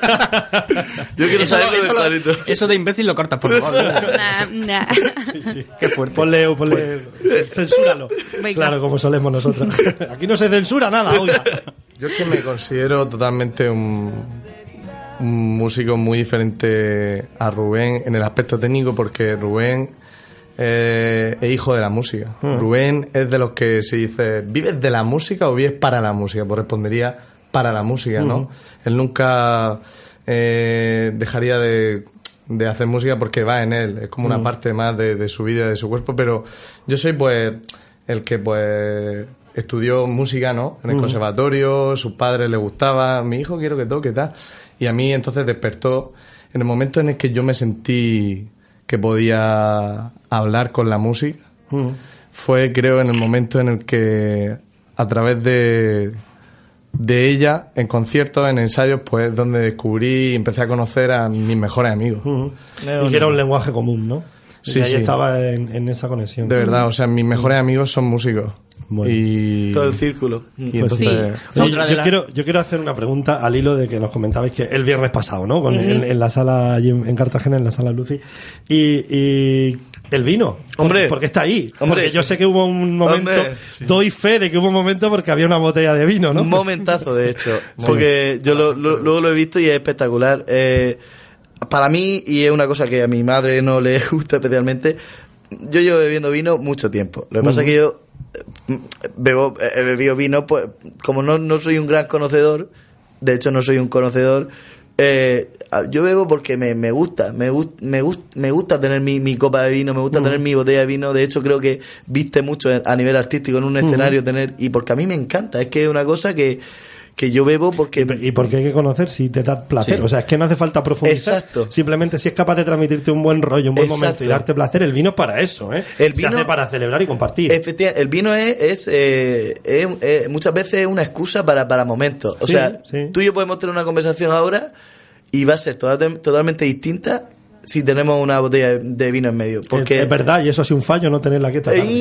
Yo quiero eso, saber lo de eso, Juanito. Lo, eso de imbécil lo cortas, por favor. Nah, nah. Sí, sí. Qué fuerte. Ponle, ponle, censúralo. Venga. Claro, como solemos nosotros. Aquí no se censura nada, oiga. Yo es que me considero totalmente un, un músico muy diferente a Rubén en el aspecto técnico, porque Rubén eh, es hijo de la música. Uh-huh. Rubén es de los que se dice, ¿vives de la música o vives para la música? Pues respondería para la música, ¿no? Uh-huh. Él nunca eh, dejaría de, de hacer música porque va en él, es como una uh-huh. parte más de, de su vida, de su cuerpo, pero yo soy pues el que pues... estudió música, ¿no? En el uh-huh. conservatorio, sus padres le gustaba, mi hijo quiero que toque, tal. Y a mí entonces despertó en el momento en el que yo me sentí que podía hablar con la música. Uh-huh. Fue, creo, en el momento en el que a través de, de ella en conciertos, en ensayos, pues donde descubrí y empecé a conocer a mis mejores amigos. Uh-huh. Y que era un lenguaje común, ¿no? Sí, y ahí sí. estaba en, en esa conexión. De verdad, o sea, mis mejores amigos son músicos. Bueno. Y Todo el círculo. Y Pues entonces, sí. Oye, Otra yo, de las- quiero, yo quiero hacer una pregunta al hilo de que nos comentabais que el viernes pasado, ¿no? Con, en, en la sala allí en, en Cartagena, en la sala Lucy. Y, y el vino. Hombre. Porque está ahí. Hombre. Porque yo sé que hubo un momento, Hombre. doy fe de que hubo un momento porque había una botella de vino, ¿no? Un momentazo, de hecho. Porque yo lo- lo- luego lo he visto y es espectacular. Eh, para mí, y es una cosa que a mi madre no le gusta especialmente, yo llevo bebiendo vino mucho tiempo. Lo que pasa es que yo eh, bebo, he bebido vino, pues como no, no soy un gran conocedor, de hecho no soy un conocedor, eh, yo bebo porque me, me gusta, me, gust, me, gust, me gusta tener mi, mi copa de vino, me gusta uh-huh. tener mi botella de vino. De hecho creo que viste mucho a nivel artístico en un escenario uh-huh. tener, y porque a mí me encanta, es que es una cosa que que yo bebo porque... ¿Y por qué hay que conocer si te da placer? Sí. O sea, es que no hace falta profundizar. Exacto. Simplemente si es capaz de transmitirte un buen rollo, un buen Exacto. momento y darte placer, el vino es para eso, ¿eh? El vino, se hace para celebrar y compartir. Efectivamente, el vino es, es, eh, es, es muchas veces es una excusa para, para momentos. O Sí, sea, sí. tú y yo podemos tener una conversación ahora y va a ser total- totalmente distinta si tenemos una botella de vino en medio. Porque es, es verdad, y eso ha sido un fallo no tenerla aquí esta tarde.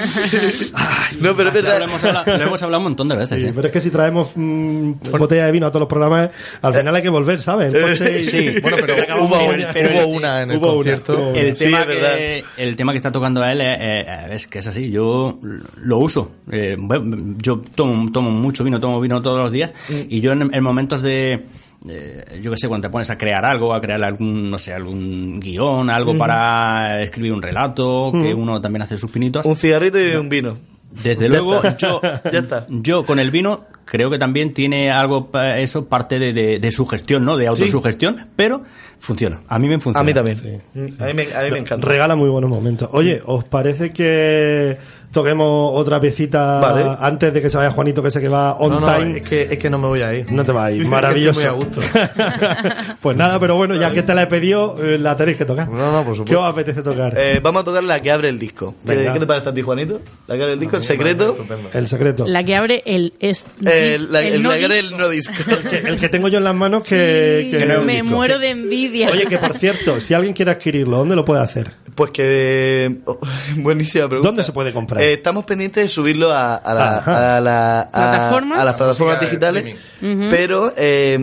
No, pero es Ya verdad. Lo hemos, hablado, lo hemos hablado un montón de veces. Sí, ¿eh? pero es que si traemos mmm, botella de vino a todos los programas, al final hay que volver, ¿sabes? El coche y- Sí, bueno, pero acabamos hubo, con- un- pero hubo el- una en el hubo una, concierto. hubo una. El, Sí, tema es verdad. que, el tema que está tocando a él es, es- es que es así. Yo lo uso. Eh, bueno, yo tomo, tomo mucho vino, tomo vino todos los días. Y yo en, en momentos de... Eh, yo qué sé, cuando te pones a crear algo, a crear algún, no sé, algún guión, algo mm. para escribir un relato, mm. que uno también hace sus pinitos. Un cigarrito y un vino. Desde luego, yo, ya está. yo con el vino creo que también tiene algo, eso, parte de, de, de sugestión, ¿no? De autosugestión, sí. pero funciona. A mí me funciona. A mí también. Sí, sí. A mí me, a mí me encanta. Regala muy buenos momentos. Oye, ¿os parece que toquemos otra piecita vale. antes de que se vaya Juanito, que sé que va on no, no, time? Es que, es que no me voy a ir. No te vas a ir. Maravilloso. Estoy muy a gusto. Pues nada, pero bueno, ya que te la he pedido, la tenéis que tocar. No, no, por supuesto. ¿Qué os apetece tocar? Eh, vamos a tocar la que abre el disco. ¿Qué, ¿Qué te parece a ti, Juanito? La que abre el disco, el secreto. El secreto. La que abre el... Es, eh, la, el, el, no la que abre disco. el no disco. El que, el que tengo yo en las manos que... Sí, que no me muero de envidia. Oye, que por cierto, si alguien quiere adquirirlo, ¿dónde lo puede hacer? Pues que... Oh, buenísima pregunta. ¿Dónde se puede comprar? Eh, estamos pendientes de subirlo a, a, la, a, la, a, ¿Plataformas? a las plataformas digitales, uh-huh. pero... Eh,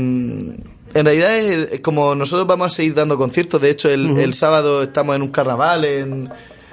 en realidad es como nosotros vamos a seguir dando conciertos. De hecho, el, uh-huh. el sábado estamos en un carnaval en...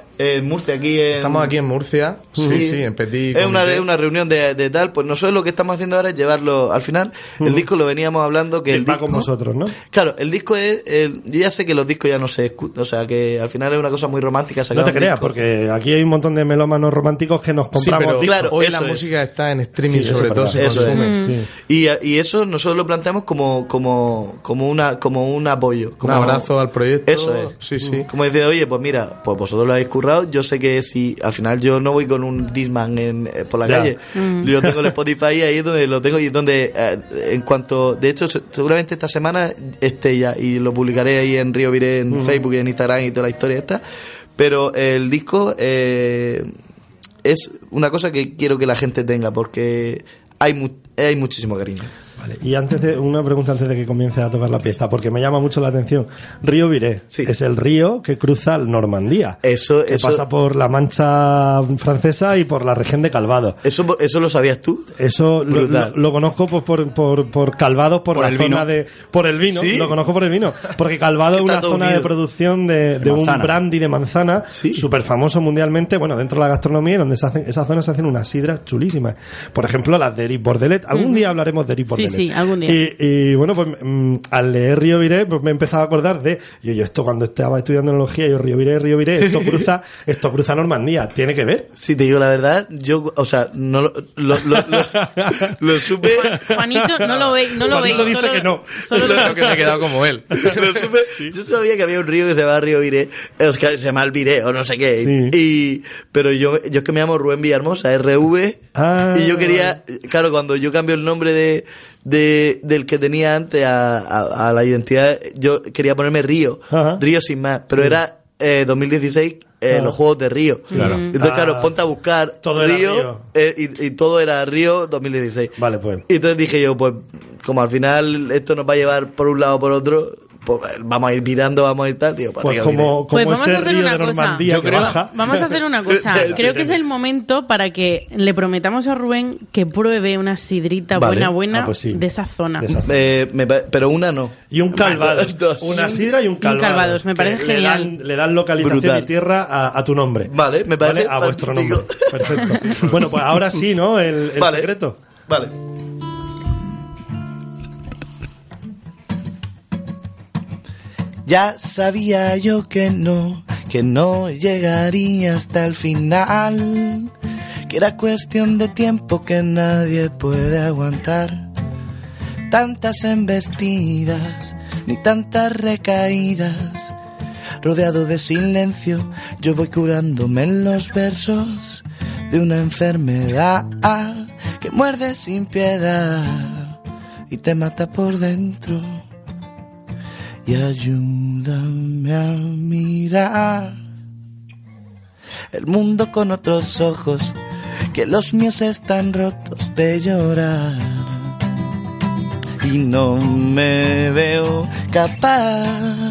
en Murcia, aquí en... Estamos aquí en Murcia, sí, sí, sí en Petit. Es una, es una reunión de, de tal, pues nosotros lo que estamos haciendo ahora es llevarlo, al final, uh-huh. el disco lo veníamos hablando que el va disco... con vosotros, ¿no? Claro, el disco es... El, yo ya sé que los discos ya no se escuchan, o sea, que al final es una cosa muy romántica sacar No te un creas, disco. porque aquí hay un montón de melómanos románticos que nos compramos sí, pero discos. Claro, hoy eso la es. música está en streaming, Sí, sobre eso todo es se eso consume. es. Sí. Y, y eso nosotros lo planteamos como, como, como, una, como un apoyo. Como, Un abrazo al proyecto. Eso es. Sí, sí. Como decir, oye, pues mira, pues vosotros lo habéis currado, yo sé que si al final yo no voy con un Discman en, eh, por la Ya. calle, mm. yo tengo el Spotify ahí es donde lo tengo y es donde eh, en cuanto, de hecho seguramente esta semana esté ya y lo publicaré ahí en Río Viré en mm. Facebook y en Instagram y toda la historia esta, pero el disco eh, es una cosa que quiero que la gente tenga porque hay, mu- hay muchísimo cariño. Vale, y antes de una pregunta antes de que comience a tocar la pieza, porque me llama mucho la atención. Río Viré Sí. es el río que cruza Normandía. Eso, que eso, pasa por la Mancha francesa y por la región de Calvados. eso, eso lo sabías tú. Eso lo, Brutal. lo, lo conozco pues, por, por, por Calvados, por, Por la el zona vino. de... Por el vino, ¿Sí? lo conozco por el vino. Porque Calvados es Es que una está todo zona de unido. producción de, de un manzana. brandy de manzana Sí. súper famoso mundialmente, bueno, dentro de la gastronomía, y donde se hacen, esas zonas se hacen unas sidras chulísimas. Por ejemplo, las de Eric Bordelet. Algún día hablaremos de Eric Sí, Bordelet. sí, algún día. Y, y bueno, pues mm, al leer Río Viré, pues me he empezado a acordar de... Yo, yo esto cuando estaba estudiando enología, yo Río Viré, Río Viré, esto cruza, esto cruza Normandía. ¿Tiene que ver? Si te digo la verdad, yo, o sea, no lo, lo, lo, lo, lo supe. Juanito, no lo veis, no lo Juanito veis. dice solo- que no. solo lo- Creo que me he quedado como él. Lo supe. Yo sabía que había un río que se llama Río Viré, eh, o sea, que se llama el Viré o no sé qué. Sí. Y, pero yo, yo es que me llamo Rubén Villahermosa, R V. Ah, y yo quería, claro, cuando yo cambio el nombre de, de del que tenía antes a, a, a la identidad, yo quería ponerme Río. Ajá. Río sin más. Pero era eh, dos mil dieciséis eh, Claro. los Juegos de Río. Claro. Entonces, claro, Ah, ponte a buscar todo era Río, Río. eh, y, y todo era Río dos mil dieciséis. Vale, pues. Y entonces dije yo, pues, como al final esto nos va a llevar por un lado o por otro, pues vamos a ir mirando, vamos a ir tal, tío, para Pues Río como, Guinea. como Pues vamos ese a hacer río una de cosa. Normandía Yo que creo- baja. Vamos a hacer una cosa. Creo que es el momento para que le prometamos a Rubén que pruebe una sidrita Vale. buena, buena Ah, pues sí. de esa zona. De esa zona. Eh, me pa- pero una no. Y un calvados. Dos. Una sidra y un calvados. Calvados, me que parece le genial. dan, le dan localización Brutal. y tierra a, a tu nombre. Vale, me parece A vuestro nombre. fantástico. Perfecto. Bueno, pues ahora sí, ¿no? El, el Vale. secreto. Vale. Ya sabía yo que no, que no llegaría hasta el final, que era cuestión de tiempo que nadie puede aguantar. Tantas embestidas, ni tantas recaídas, rodeado de silencio, yo voy curándome en los versos de una enfermedad que muerde sin piedad y te mata por dentro. Y ayúdame a mirar el mundo con otros ojos, que los míos están rotos de llorar. Y no me veo capaz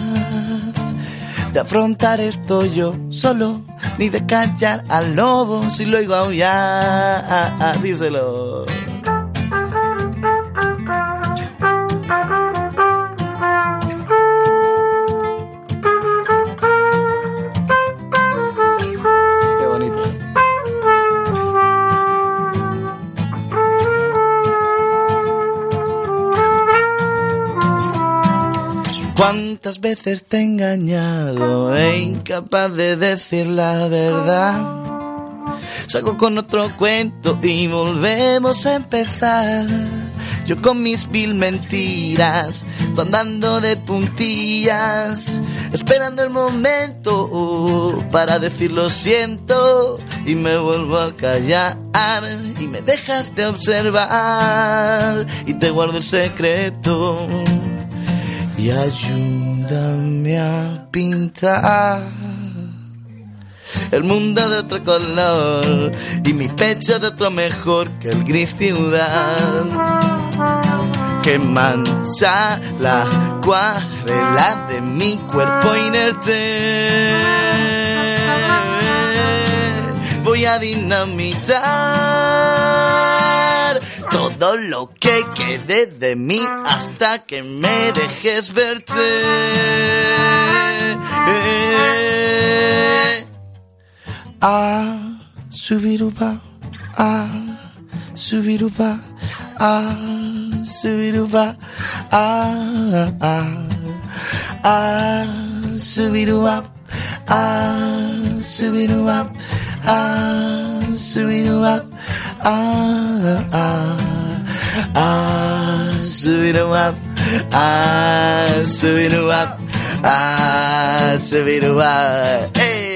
de afrontar esto yo solo, ni de callar al lobo si lo oigo aullar. Díselo. Qué bonito. ¿Cuántas veces te he engañado e incapaz de decir la verdad? Salgo con otro cuento y volvemos a empezar. Yo con mis mil mentiras, tú andando de puntillas, esperando el momento para decir lo siento, y me vuelvo a callar y me dejas de observar y te guardo el secreto. Y ayúdame a pintar el mundo de otro color y mi pecho de otro mejor que el gris ciudad que mancha la acuarela de mi cuerpo inerte. Voy a dinamitar todo lo que quede de mí hasta que me dejes verte. A subiruba, a subiruba, a subiruba, a a a subiruba, a subiruba, a subiruba, a a a subiruba, a subiruba, a subiruba. Hey.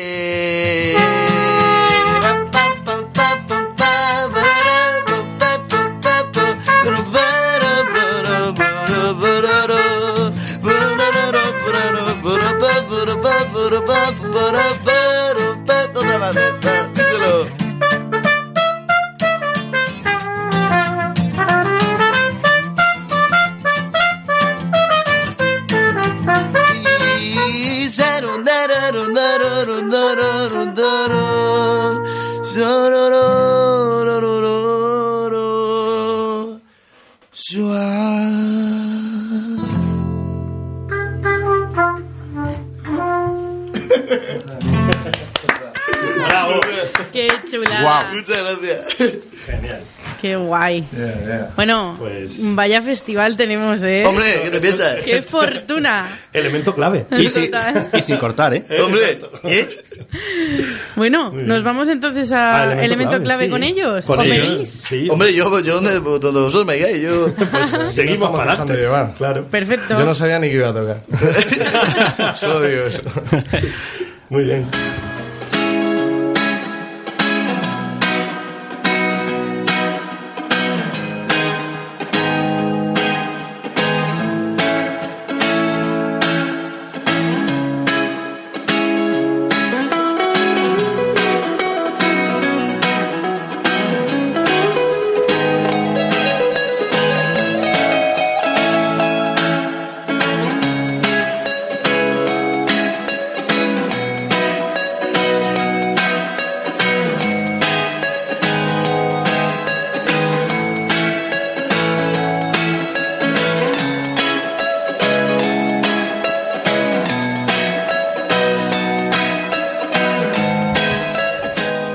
Bravo. Qué chulada. Muchas gracias. Genial. Qué guay. Bueno, Pues- vaya festival tenemos, ¿eh? Hombre, ¿qué te piensas? ¡Qué fortuna! Elemento clave. Y, sin, Total. y sin cortar, ¿eh? Hombre, ¿eh? Bueno, nos vamos entonces a Ah, elemento, elemento clave, clave, con sí. ellos. Con ¿Os ellos. venís? Sí. Hombre, yo, yo donde, donde vosotros me digáis, yo... Pues seguimos estamos para dejando adelante. llevar. Claro. Perfecto. Yo no sabía ni que iba a tocar. Solo digo eso. Muy bien.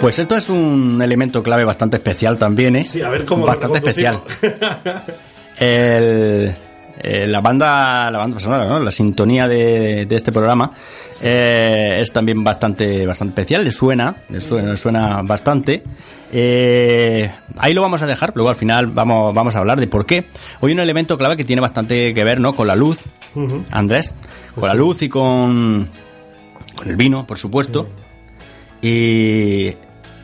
Pues esto es un elemento clave bastante especial también, ¿eh? Sí, a ver cómo bastante lo especial. el, eh, la banda, la banda sonora, ¿no? La sintonía de, de este programa eh, es también bastante, bastante especial. Le suena, le suena, le suena bastante. Eh, ahí lo vamos a dejar, luego al final vamos, vamos a hablar de por qué. Hoy un elemento clave que tiene bastante que ver, ¿no? Con la luz, uh-huh. Andrés, con pues la luz y con, con el vino, por supuesto. Sí. Y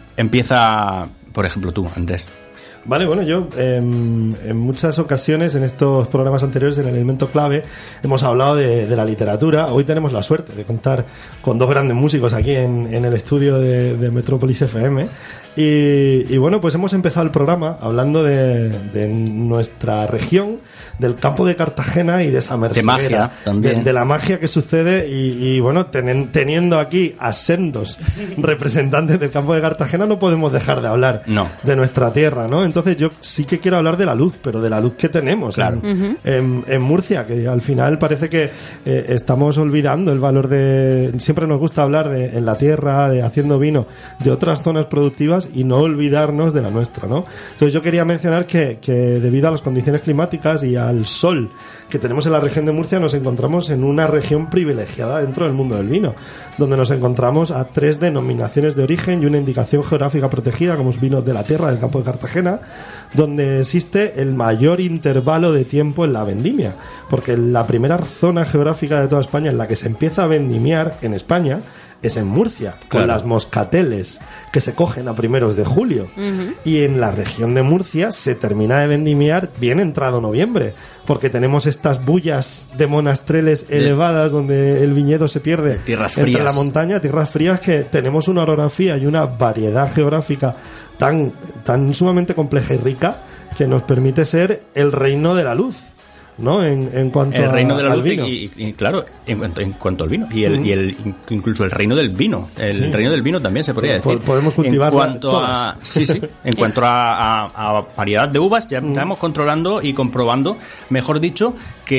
empieza, por ejemplo, tú, Andrés. Vale, bueno, yo eh, en muchas ocasiones en estos programas anteriores del elemento clave hemos hablado de, de la literatura. Hoy tenemos la suerte de contar con dos grandes músicos aquí en, en el estudio de, de Metrópolis F M. Y, y bueno, pues hemos empezado el programa hablando de, de nuestra región, del campo de Cartagena y de esa mercedera, de magia también, de, de la magia que sucede y, y bueno, ten, teniendo aquí a sendos representantes del campo de Cartagena, no podemos dejar de hablar no. de nuestra tierra, ¿no? Entonces yo sí que quiero hablar de la luz, pero de la luz que tenemos, claro. en, uh-huh. en, en Murcia, que al final parece que eh, estamos olvidando el valor de... Siempre nos gusta hablar de en la tierra, de haciendo vino, de otras zonas productivas y no olvidarnos de la nuestra, ¿no? Entonces yo quería mencionar que, que debido a las condiciones climáticas y al sol que tenemos en la región de Murcia, nos encontramos en una región privilegiada dentro del mundo del vino, donde nos encontramos a tres denominaciones de origen y una indicación geográfica protegida, como es vinos de la tierra del campo de Cartagena, donde existe el mayor intervalo de tiempo en la vendimia, porque la primera zona geográfica de toda España en la que se empieza a vendimiar en España es en Murcia, claro. con las moscateles que se cogen a primeros de julio. Uh-huh. Y en la región de Murcia se termina de vendimiar bien entrado noviembre, porque tenemos estas bullas de monastreles de, elevadas donde el viñedo se pierde tierras entre frías. la montaña, tierras frías, que tenemos una orografía y una variedad geográfica tan, tan sumamente compleja y rica que nos permite ser el reino de la luz, ¿no? En, en cuanto el reino a, de la luz vino. Y, y, y claro, en cuanto, en cuanto al vino y el, mm. y el incluso el reino del vino, el sí. reino del vino también se podría decir. Podemos cultivar en cuanto a sí sí, en cuanto a, a, a variedad de uvas ya mm. estamos controlando y comprobando, mejor dicho,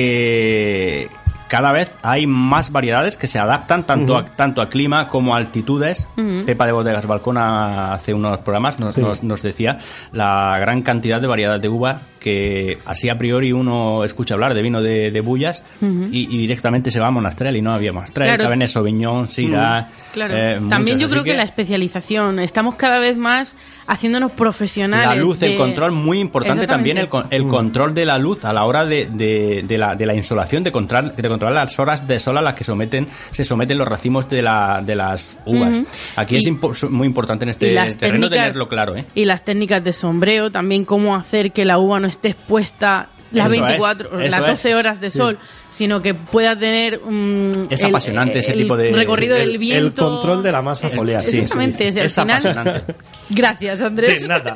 que cada vez hay más variedades que se adaptan tanto, uh-huh. a, tanto a clima como a altitudes. Uh-huh. Pepa de Bodegas Balcona hace unos programas nos, sí. nos, nos decía la gran cantidad de variedades de uva que así a priori uno escucha hablar de vino de, de Bullas uh-huh. y, y directamente se va a Monastrell y no había Monastrell, claro. Cabernet Sauvignon, Syrah. Uh-huh. Claro. Eh, También yo creo que, que la especialización, estamos cada vez más haciéndonos profesionales. La luz, de... el control, muy importante también el, el control de la luz a la hora de, de, de, la, de la insolación, de controlar, de controlar las horas de sol a las que someten, se someten los racimos de, la, de las uvas. Uh-huh. Aquí y, es impo- muy importante en este terreno tenerlo claro. ¿eh? Y las técnicas de sombreo, también cómo hacer que la uva no esté expuesta las eso veinticuatro, es, las doce es. horas de sol, sí. sino que pueda tener um, es el, apasionante ese el tipo de recorrido el, del viento, el control de la masa foliar. Sí, exactamente, sí, sí. Al es final, apasionante. Gracias, Andrés. De nada.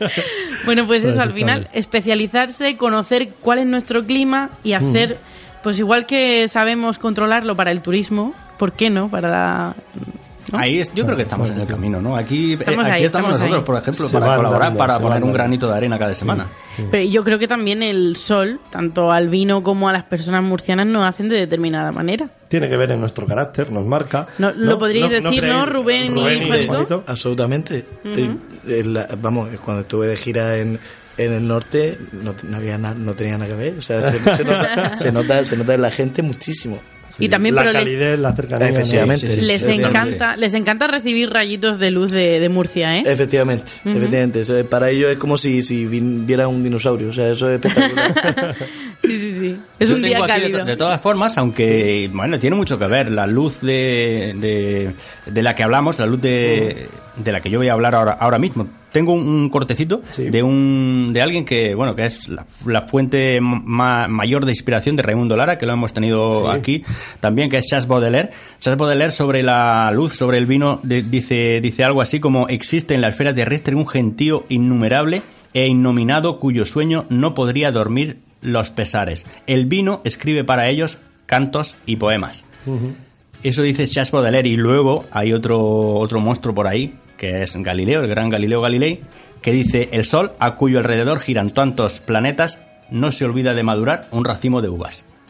Bueno, pues eso, al final, especializarse, conocer cuál es nuestro clima y hacer, mm. pues igual que sabemos controlarlo para el turismo, ¿por qué no? Para la... ¿no? Ahí es, yo creo que estamos en el camino, ¿no? Aquí estamos, eh, aquí ahí, estamos, estamos nosotros, ahí. por ejemplo, se para colaborar, dando, para poner un dando. granito de arena cada semana. Sí, sí. Pero yo creo que también el sol, tanto al vino como a las personas murcianas, nos hacen de determinada manera. Tiene que ver en nuestro carácter, nos marca. No, ¿Lo ¿no? podríais no, decir, no, Rubén, Rubén y Juanito? Juanito? Absolutamente. Uh-huh. eh, la, vamos, cuando estuve de gira en... En el norte no, no había na, no tenía nada que ver, o sea, se, se, nota, se nota se nota en la gente muchísimo. Sí, y también la pero calidez, les, la cercanía, efectivamente, sí, sí, sí, les efectivamente. encanta, les encanta recibir rayitos de luz de, de Murcia, ¿eh? Efectivamente, uh-huh. efectivamente. Eso es, para ellos es como si, si viera un dinosaurio, o sea, eso es espectacular. Sí, sí, sí. Es Yo un tengo día aquí cálido. De, de todas formas, aunque bueno, tiene mucho que ver la luz de, de, de la que hablamos, la luz de, de la que yo voy a hablar ahora, ahora mismo. Tengo un, un cortecito sí. de un de alguien que bueno que es la, la fuente ma, mayor de inspiración de Raimundo Lara, que lo hemos tenido sí. aquí también, que es Charles Baudelaire. Charles Baudelaire sobre la luz, sobre el vino, de, dice dice algo así como: existe en la esfera terrestre un gentío innumerable e innominado cuyo sueño no podría dormir los pesares. El vino escribe para ellos cantos y poemas. Uh-huh. Eso dice Charles Baudelaire. Y luego hay otro otro monstruo por ahí, que es Galileo, el gran Galileo Galilei, que dice: el sol, a cuyo alrededor giran tantos planetas, no se olvida de madurar un racimo de uvas.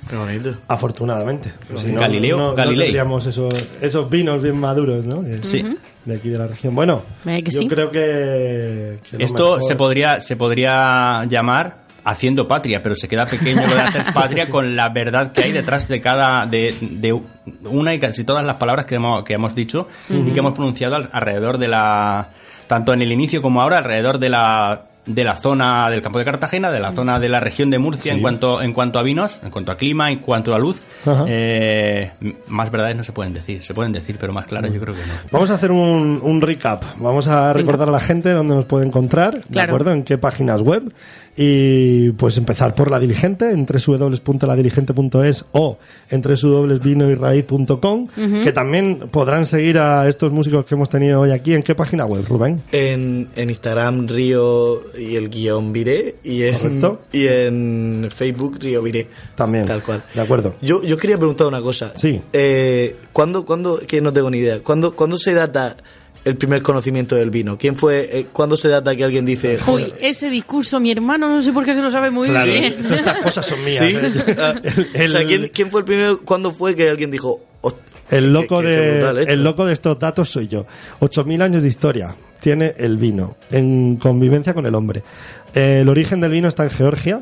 Qué bonito. Afortunadamente. Pues si no, Galileo, no, no Galilei. tendríamos esos, esos vinos bien maduros, ¿no? De, Sí. de aquí de la región. Bueno, ¿Eh que yo sí? creo que, que lo Esto mejor- se podría, se podría llamar haciendo patria, pero se queda pequeño lo de hacer patria con la verdad que hay detrás de cada de, de una y casi todas las palabras que hemos, que hemos dicho y que hemos pronunciado al- alrededor de la, tanto en el inicio como ahora, alrededor de la de la zona del campo de Cartagena, de la zona de la región de Murcia Sí. en cuanto en cuanto a vinos, en cuanto a clima, en cuanto a luz. Ajá. Eh, más verdades no se pueden decir, se pueden decir, pero más claras yo creo que no. Vamos a hacer un, un recap. Vamos a recordar a la gente dónde nos puede encontrar, ¿de Claro. acuerdo? En qué páginas web. Y pues empezar por La Diligente, en doble u doble u doble u punto la diligente punto es o en doble u doble u doble u punto vino y raíz punto com, que también podrán seguir a estos músicos que hemos tenido hoy aquí. ¿En qué página web, Rubén? En, en Instagram Río y el guión Viré y en, Correcto. y en Facebook Río Viré. También. Tal cual. De acuerdo. Yo, yo quería preguntar una cosa. Sí. Eh, ¿cuándo, cuándo, que no tengo ni idea, ¿cuándo, ¿cuándo se data el primer conocimiento del vino? ¿Quién fue, eh, cuándo se data que alguien dice... Uy, ese discurso, mi hermano, no sé por qué se lo sabe muy Claro, bien. todas estas cosas son mías. ¿Sí? ¿eh? Ah, El- o sea, ¿quién, ¿quién fue el primero, cuándo fue que alguien dijo... "Host- El qué- loco, qué- qué de, brutal esto"? el loco de estos datos soy yo. ocho mil años de historia tiene el vino en convivencia con el hombre. Eh, el origen del vino está en Georgia,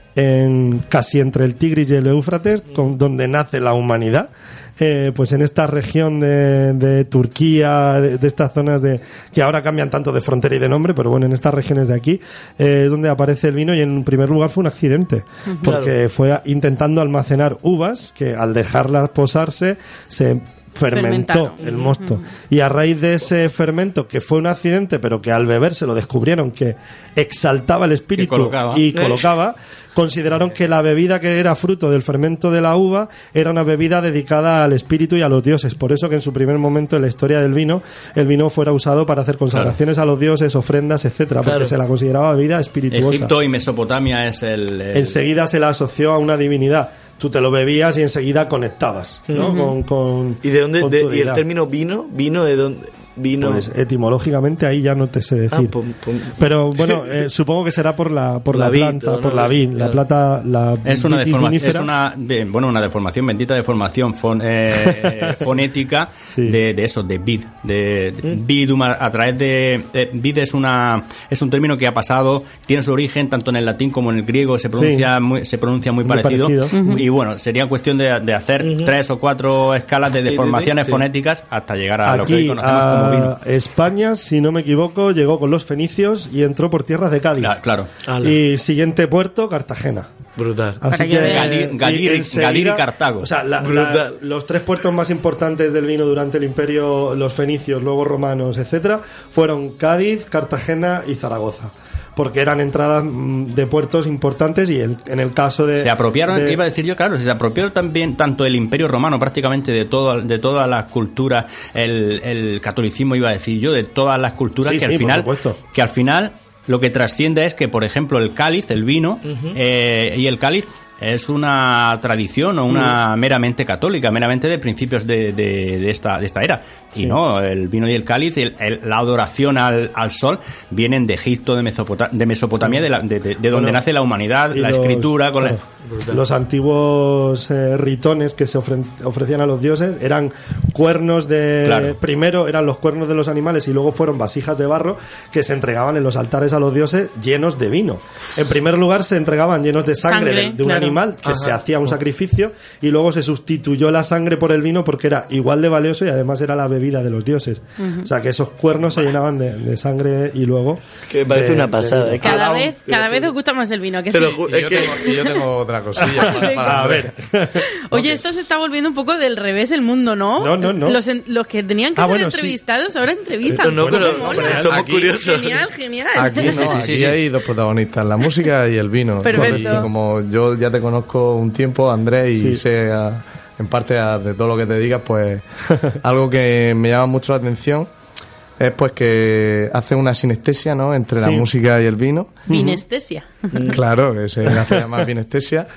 en casi entre el Tigris y el Éufrates, con, donde nace la humanidad. Eh, pues en esta región de, de Turquía, de, de estas zonas de que ahora cambian tanto de frontera y de nombre, pero bueno, en estas regiones de aquí eh, es donde aparece el vino, y en primer lugar fue un accidente, porque Claro. fue a- intentando almacenar uvas que al dejarlas posarse se fermentó Fermentaron. el mosto, y a raíz de ese fermento, que fue un accidente pero que al beber se lo descubrieron que exaltaba el espíritu Que colocaba. y colocaba, consideraron que la bebida que era fruto del fermento de la uva era una bebida dedicada al espíritu y a los dioses. Por eso que en su primer momento en la historia del vino, el vino fuera usado para hacer consagraciones a los dioses, ofrendas, etcétera, porque Claro. se la consideraba bebida espirituosa. Egipto y Mesopotamia es el, el- Enseguida se la asoció a una divinidad. Tú te lo bebías y enseguida conectabas, ¿no? con, con- ¿Y de dónde? con de- tu ¿Y el deidad. término vino? ¿Vino de dónde? Vino... Pues etimológicamente ahí ya no te sé decir. Ah, pum, pum. Pero bueno, eh, supongo que será por la por la, La vid, planta, ¿no? por la vid, la Claro. plata, la Es una vitis deformación, es vinífera. una, bien, bueno, una deformación, bendita deformación fon- eh, fonética Sí. de, de eso, de vid, de, de vidum a, a través de, de- vid es una es un término que ha pasado, tiene su origen tanto en el latín como en el griego, se pronuncia Sí. muy, se pronuncia muy, Muy parecido, parecido. y bueno, sería cuestión de, de hacer tres o cuatro escalas de deformaciones sí. fonéticas hasta llegar a lo que hoy Aquí conocemos como vino. a España, si no me equivoco, llegó con los fenicios y entró por tierras de Cádiz. Cla- Claro. Ala. Y siguiente puerto, Cartagena. Brutal. Así Para que que vean. Gadir- Gadir- y enseguida- Gadir y Cartago. O sea, la- la- Brutal. los tres puertos más importantes del vino durante el imperio, los fenicios, luego romanos, etcétera, fueron Cádiz, Cartagena y Zaragoza. Porque eran entradas mm, de puertos importantes, y el- en el caso de... Se apropiaron, de- iba a decir yo, claro, se apropiaron también tanto el Imperio Romano prácticamente de todo, de todas las culturas, el, el catolicismo iba a decir yo, de todas las culturas, Sí, que sí, al por final, supuesto. que al final lo que trasciende es que, por ejemplo, el cáliz, el vino, eh, y el cáliz es una tradición o una meramente católica, meramente de principios de, de, de esta de esta era. Y no, el vino y el cáliz, el- el- la adoración al, al sol, vienen de Egipto, de, Mesopota- de Mesopotamia, de, la- de- de- de donde Bueno, nace la humanidad, y la los- escritura. Con la- claro, los antiguos eh, ritones que se ofren- ofrecían a los dioses eran cuernos de... Claro. Primero eran los cuernos de los animales, y luego fueron vasijas de barro que se entregaban en los altares a los dioses llenos de vino. En primer lugar se entregaban llenos de sangre, Sangre, de, de un claro. animal, que se hacía un sacrificio, y luego se sustituyó la sangre por el vino porque era igual de valioso y además era la bebida de los dioses. O sea que esos cuernos se llenaban de, de sangre y luego... Que me parece de- una de pasada. vino. es que- Cada vez, cada vez os gusta más el vino, que Te sí. lo ju- Y es yo, que... tengo, y yo tengo otra cosilla para, para A ver. Oye, esto se está volviendo un poco del revés el mundo, ¿no? No, no, no. Los, en- los que tenían que Ah, ser bueno, sí. entrevistados ahora entrevistan. No, Qué pero mola. hombre, somos Aquí- curiosos. Genial, genial. Aquí no, Sí, sí, sí, aquí sí. hay dos protagonistas, la música y el vino. Perfecto. Y como yo ya te conozco un tiempo, Andrés, y Sí. sé a- en parte a- de todo lo que te digas, pues algo que me llama mucho la atención es pues que hace una sinestesia, ¿no?, entre la Sí. música y el vino. Vinestesia. Claro, que se hace llamar vinestesia.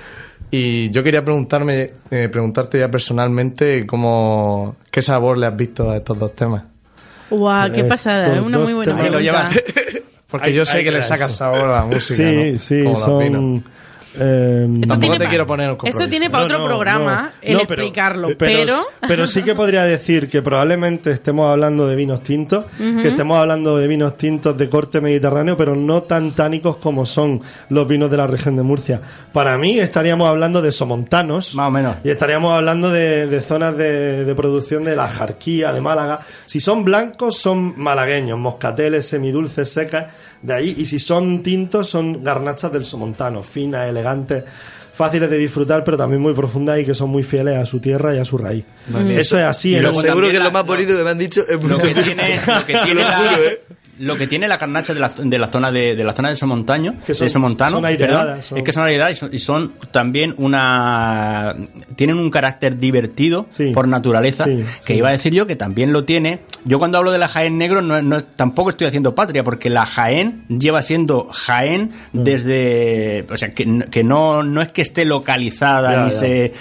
Y yo quería preguntarme, eh, preguntarte ya personalmente cómo, qué sabor le has visto a estos dos temas. Guau, qué Estos pasada, es una muy dos buena temas- Ahí lo pregunta. llevas. Porque Hay- yo sé hay que le que sacas eso. sabor a la música, Sí, ¿no? sí, Como los vinos. son... Eh, Esto Tampoco tiene te pa- quiero poner un compromiso. Esto tiene para No, otro no, programa no. el No, pero- explicarlo, pero, pero... pero sí que podría decir que probablemente estemos hablando de vinos tintos, que estemos hablando de vinos tintos de corte mediterráneo, pero no tan tánicos como son los vinos de la región de Murcia. Para mí estaríamos hablando de somontanos. Más o menos. Y estaríamos hablando de, de zonas de, de producción de la Jarquía, de Málaga. Si son blancos, son malagueños, moscateles, semidulces, secas, de ahí. Y si son tintos, son garnachas del somontano, finas, elegantes, fáciles de disfrutar, pero también muy profundas y que son muy fieles a su tierra y a su raíz. Eso es así. Y en lo el- luego seguro también que es la- lo más bonito que me han dicho en Lo mucho que tiempo. tiene, lo que tiene Te lo la, juro, ¿eh? lo que tiene la carnacha de la, de la zona de, de la zona de Somontaño, Que son- de Somontano, son aireadas, perdón, son- es que son aireadas y son, y son también una tienen un carácter divertido Sí. por naturaleza, Sí, que sí. iba a decir yo que también lo tiene. Yo cuando hablo de la Jaén negro no, no tampoco estoy haciendo patria, porque la Jaén lleva siendo Jaén Mm. desde, o sea, que, que no no es que esté localizada Ya, ni ya. se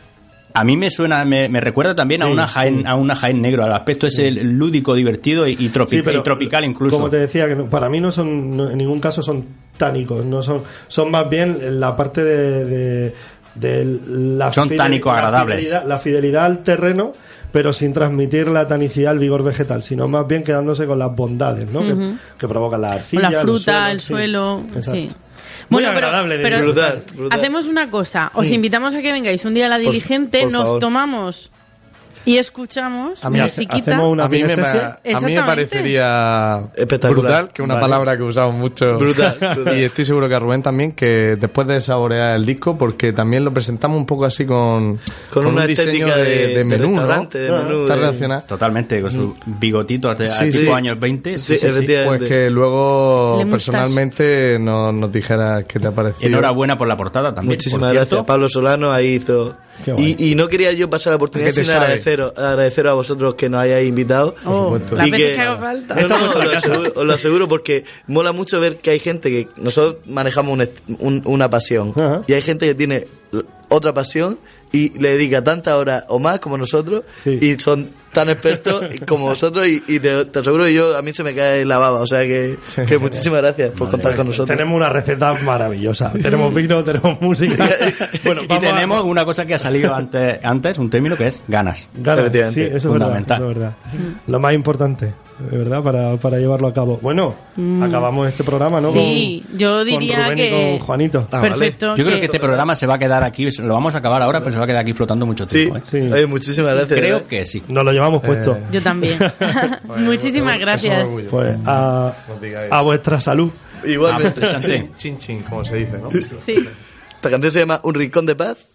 a mí me suena, me, me recuerda también a Sí, una Jaén, sí. a una Jaén negro, al aspecto ese lúdico, divertido y, y, tropi- Sí, pero, y tropical incluso. Como te decía, que no- para mí no son, no- en ningún caso son tánicos, no son, son más bien la parte de, de, de la, Son fidel- tánicos la agradables. fidelidad, la fidelidad al terreno, pero sin transmitir la tanicidad, el vigor vegetal, sino más bien quedándose con las bondades, ¿no? que, que provocan la Con arcilla, la los fruta, suelos, el sí. suelo, Exacto. sí. Muy Bueno, pero- agradable de pero, disfrutar. Brutal, brutal. hacemos una cosa, os invitamos a que vengáis un día a la Por- diligente, por nos favor. tomamos y escuchamos A mí hace- musiquita. hacemos una A mí, me, pinestesia. pa- a mí me Exactamente. parecería Espectacular. brutal, que es una Vale. palabra que usamos mucho. Brutal, brutal. Y estoy seguro que a Rubén también, que después de saborear el disco, porque también lo presentamos un poco así con, Con una un diseño estética de, de- de de menú, ¿no? restaurante, de menú, Está de- relacionado. Totalmente, con sus bigotitos de Sí, tipo sí. años veinte. Sí, efectivamente. Pues que luego Le mustache. personalmente nos, nos dijeras qué te ha parecido. Enhorabuena por la portada también. Muchísimas por cierto. gracias. Pablo Solano ahí hizo. Qué guay. Y, y no quería yo pasar la oportunidad ¿A qué te sin sabe? agradeceros, agradeceros a vosotros que nos hayáis invitado. Oh, supuesto. las Y veces que- que haga falta. No, no, os, lo aseguro, os lo aseguro porque mola mucho ver que hay gente que nosotros manejamos un est- un- una pasión Ajá. y hay gente que tiene l- otra pasión y le dedica tantas horas o más como nosotros Sí. y son tan expertos como vosotros y, y te, te aseguro que yo a mí se me cae la baba, o sea que, que muchísimas gracias por contar con nosotros. Tenemos una receta maravillosa. Tenemos vino, tenemos música. Bueno, Y vamos a- tenemos una cosa que ha salido antes, antes, un término que es ganas. Ganas, Efectivamente. sí, eso es verdad, Fundamental. eso es verdad. Lo más importante, de verdad, para, para llevarlo a cabo. Bueno, acabamos este programa, ¿no? Sí, Con- yo diría con Rubén que- y con Juanito. Ah, vale. Perfecto. Yo creo que este programa se va a quedar aquí, lo vamos a acabar ahora, pero se va a quedar aquí flotando mucho Sí, tiempo. ¿eh? Sí. Oye, muchísimas gracias. de Creo verdad. que sí. Nos lo llevamos puesto. Yo también. Muchísimas Es un gracias. orgullo. Pues a, No digáis. a vuestra salud. Igualmente. Sí. Chin chin, como se dice, ¿no? Sí. Esta canción se llama Un Rincón de Paz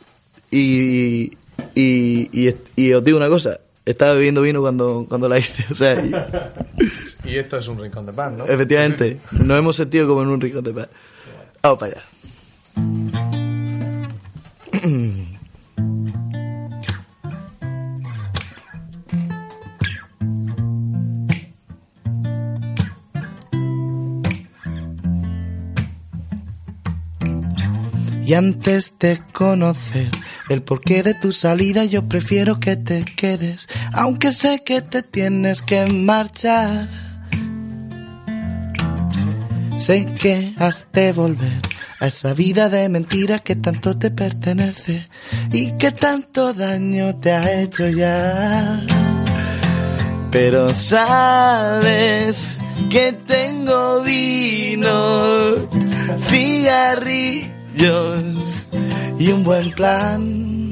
y, y, y, y os digo una cosa, estaba bebiendo vino cuando, cuando la hice, o sea, y- Y esto es un rincón de paz, ¿no? efectivamente, nos hemos sentido como en un rincón de paz. Vamos para allá. Y antes de conocer el porqué de tu salida, yo prefiero que te quedes, aunque sé que te tienes que marchar. Sé que has de volver a esa vida de mentira que tanto te pertenece y que tanto daño te ha hecho ya. Pero sabes que tengo vino, cigarrillos y un buen plan.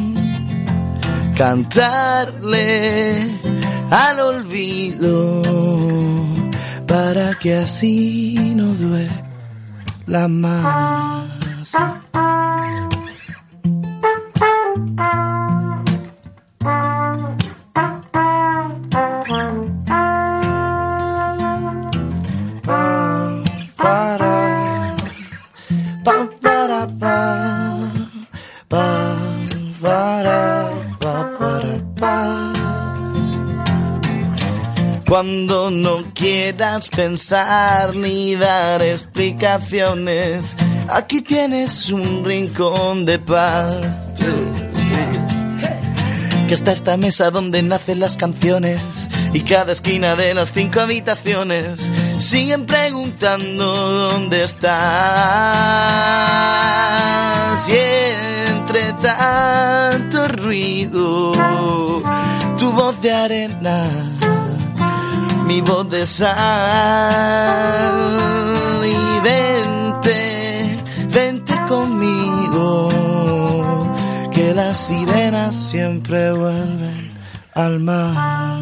Cantarle al olvido para que así no duela más. Para, pa, para, pa, pa, para, pa, para, pa. Cuando no quieras pensar ni dar explicaciones, aquí tienes un rincón de paz. Que está esta mesa donde nacen las canciones y cada esquina de las cinco habitaciones siguen preguntando dónde estás. Y entre tanto ruido, tu voz de arena, mi voz de sal. Y vente, vente conmigo, que las sirenas siempre vuelven al mar.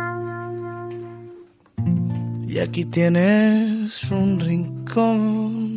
Y aquí tienes un rincón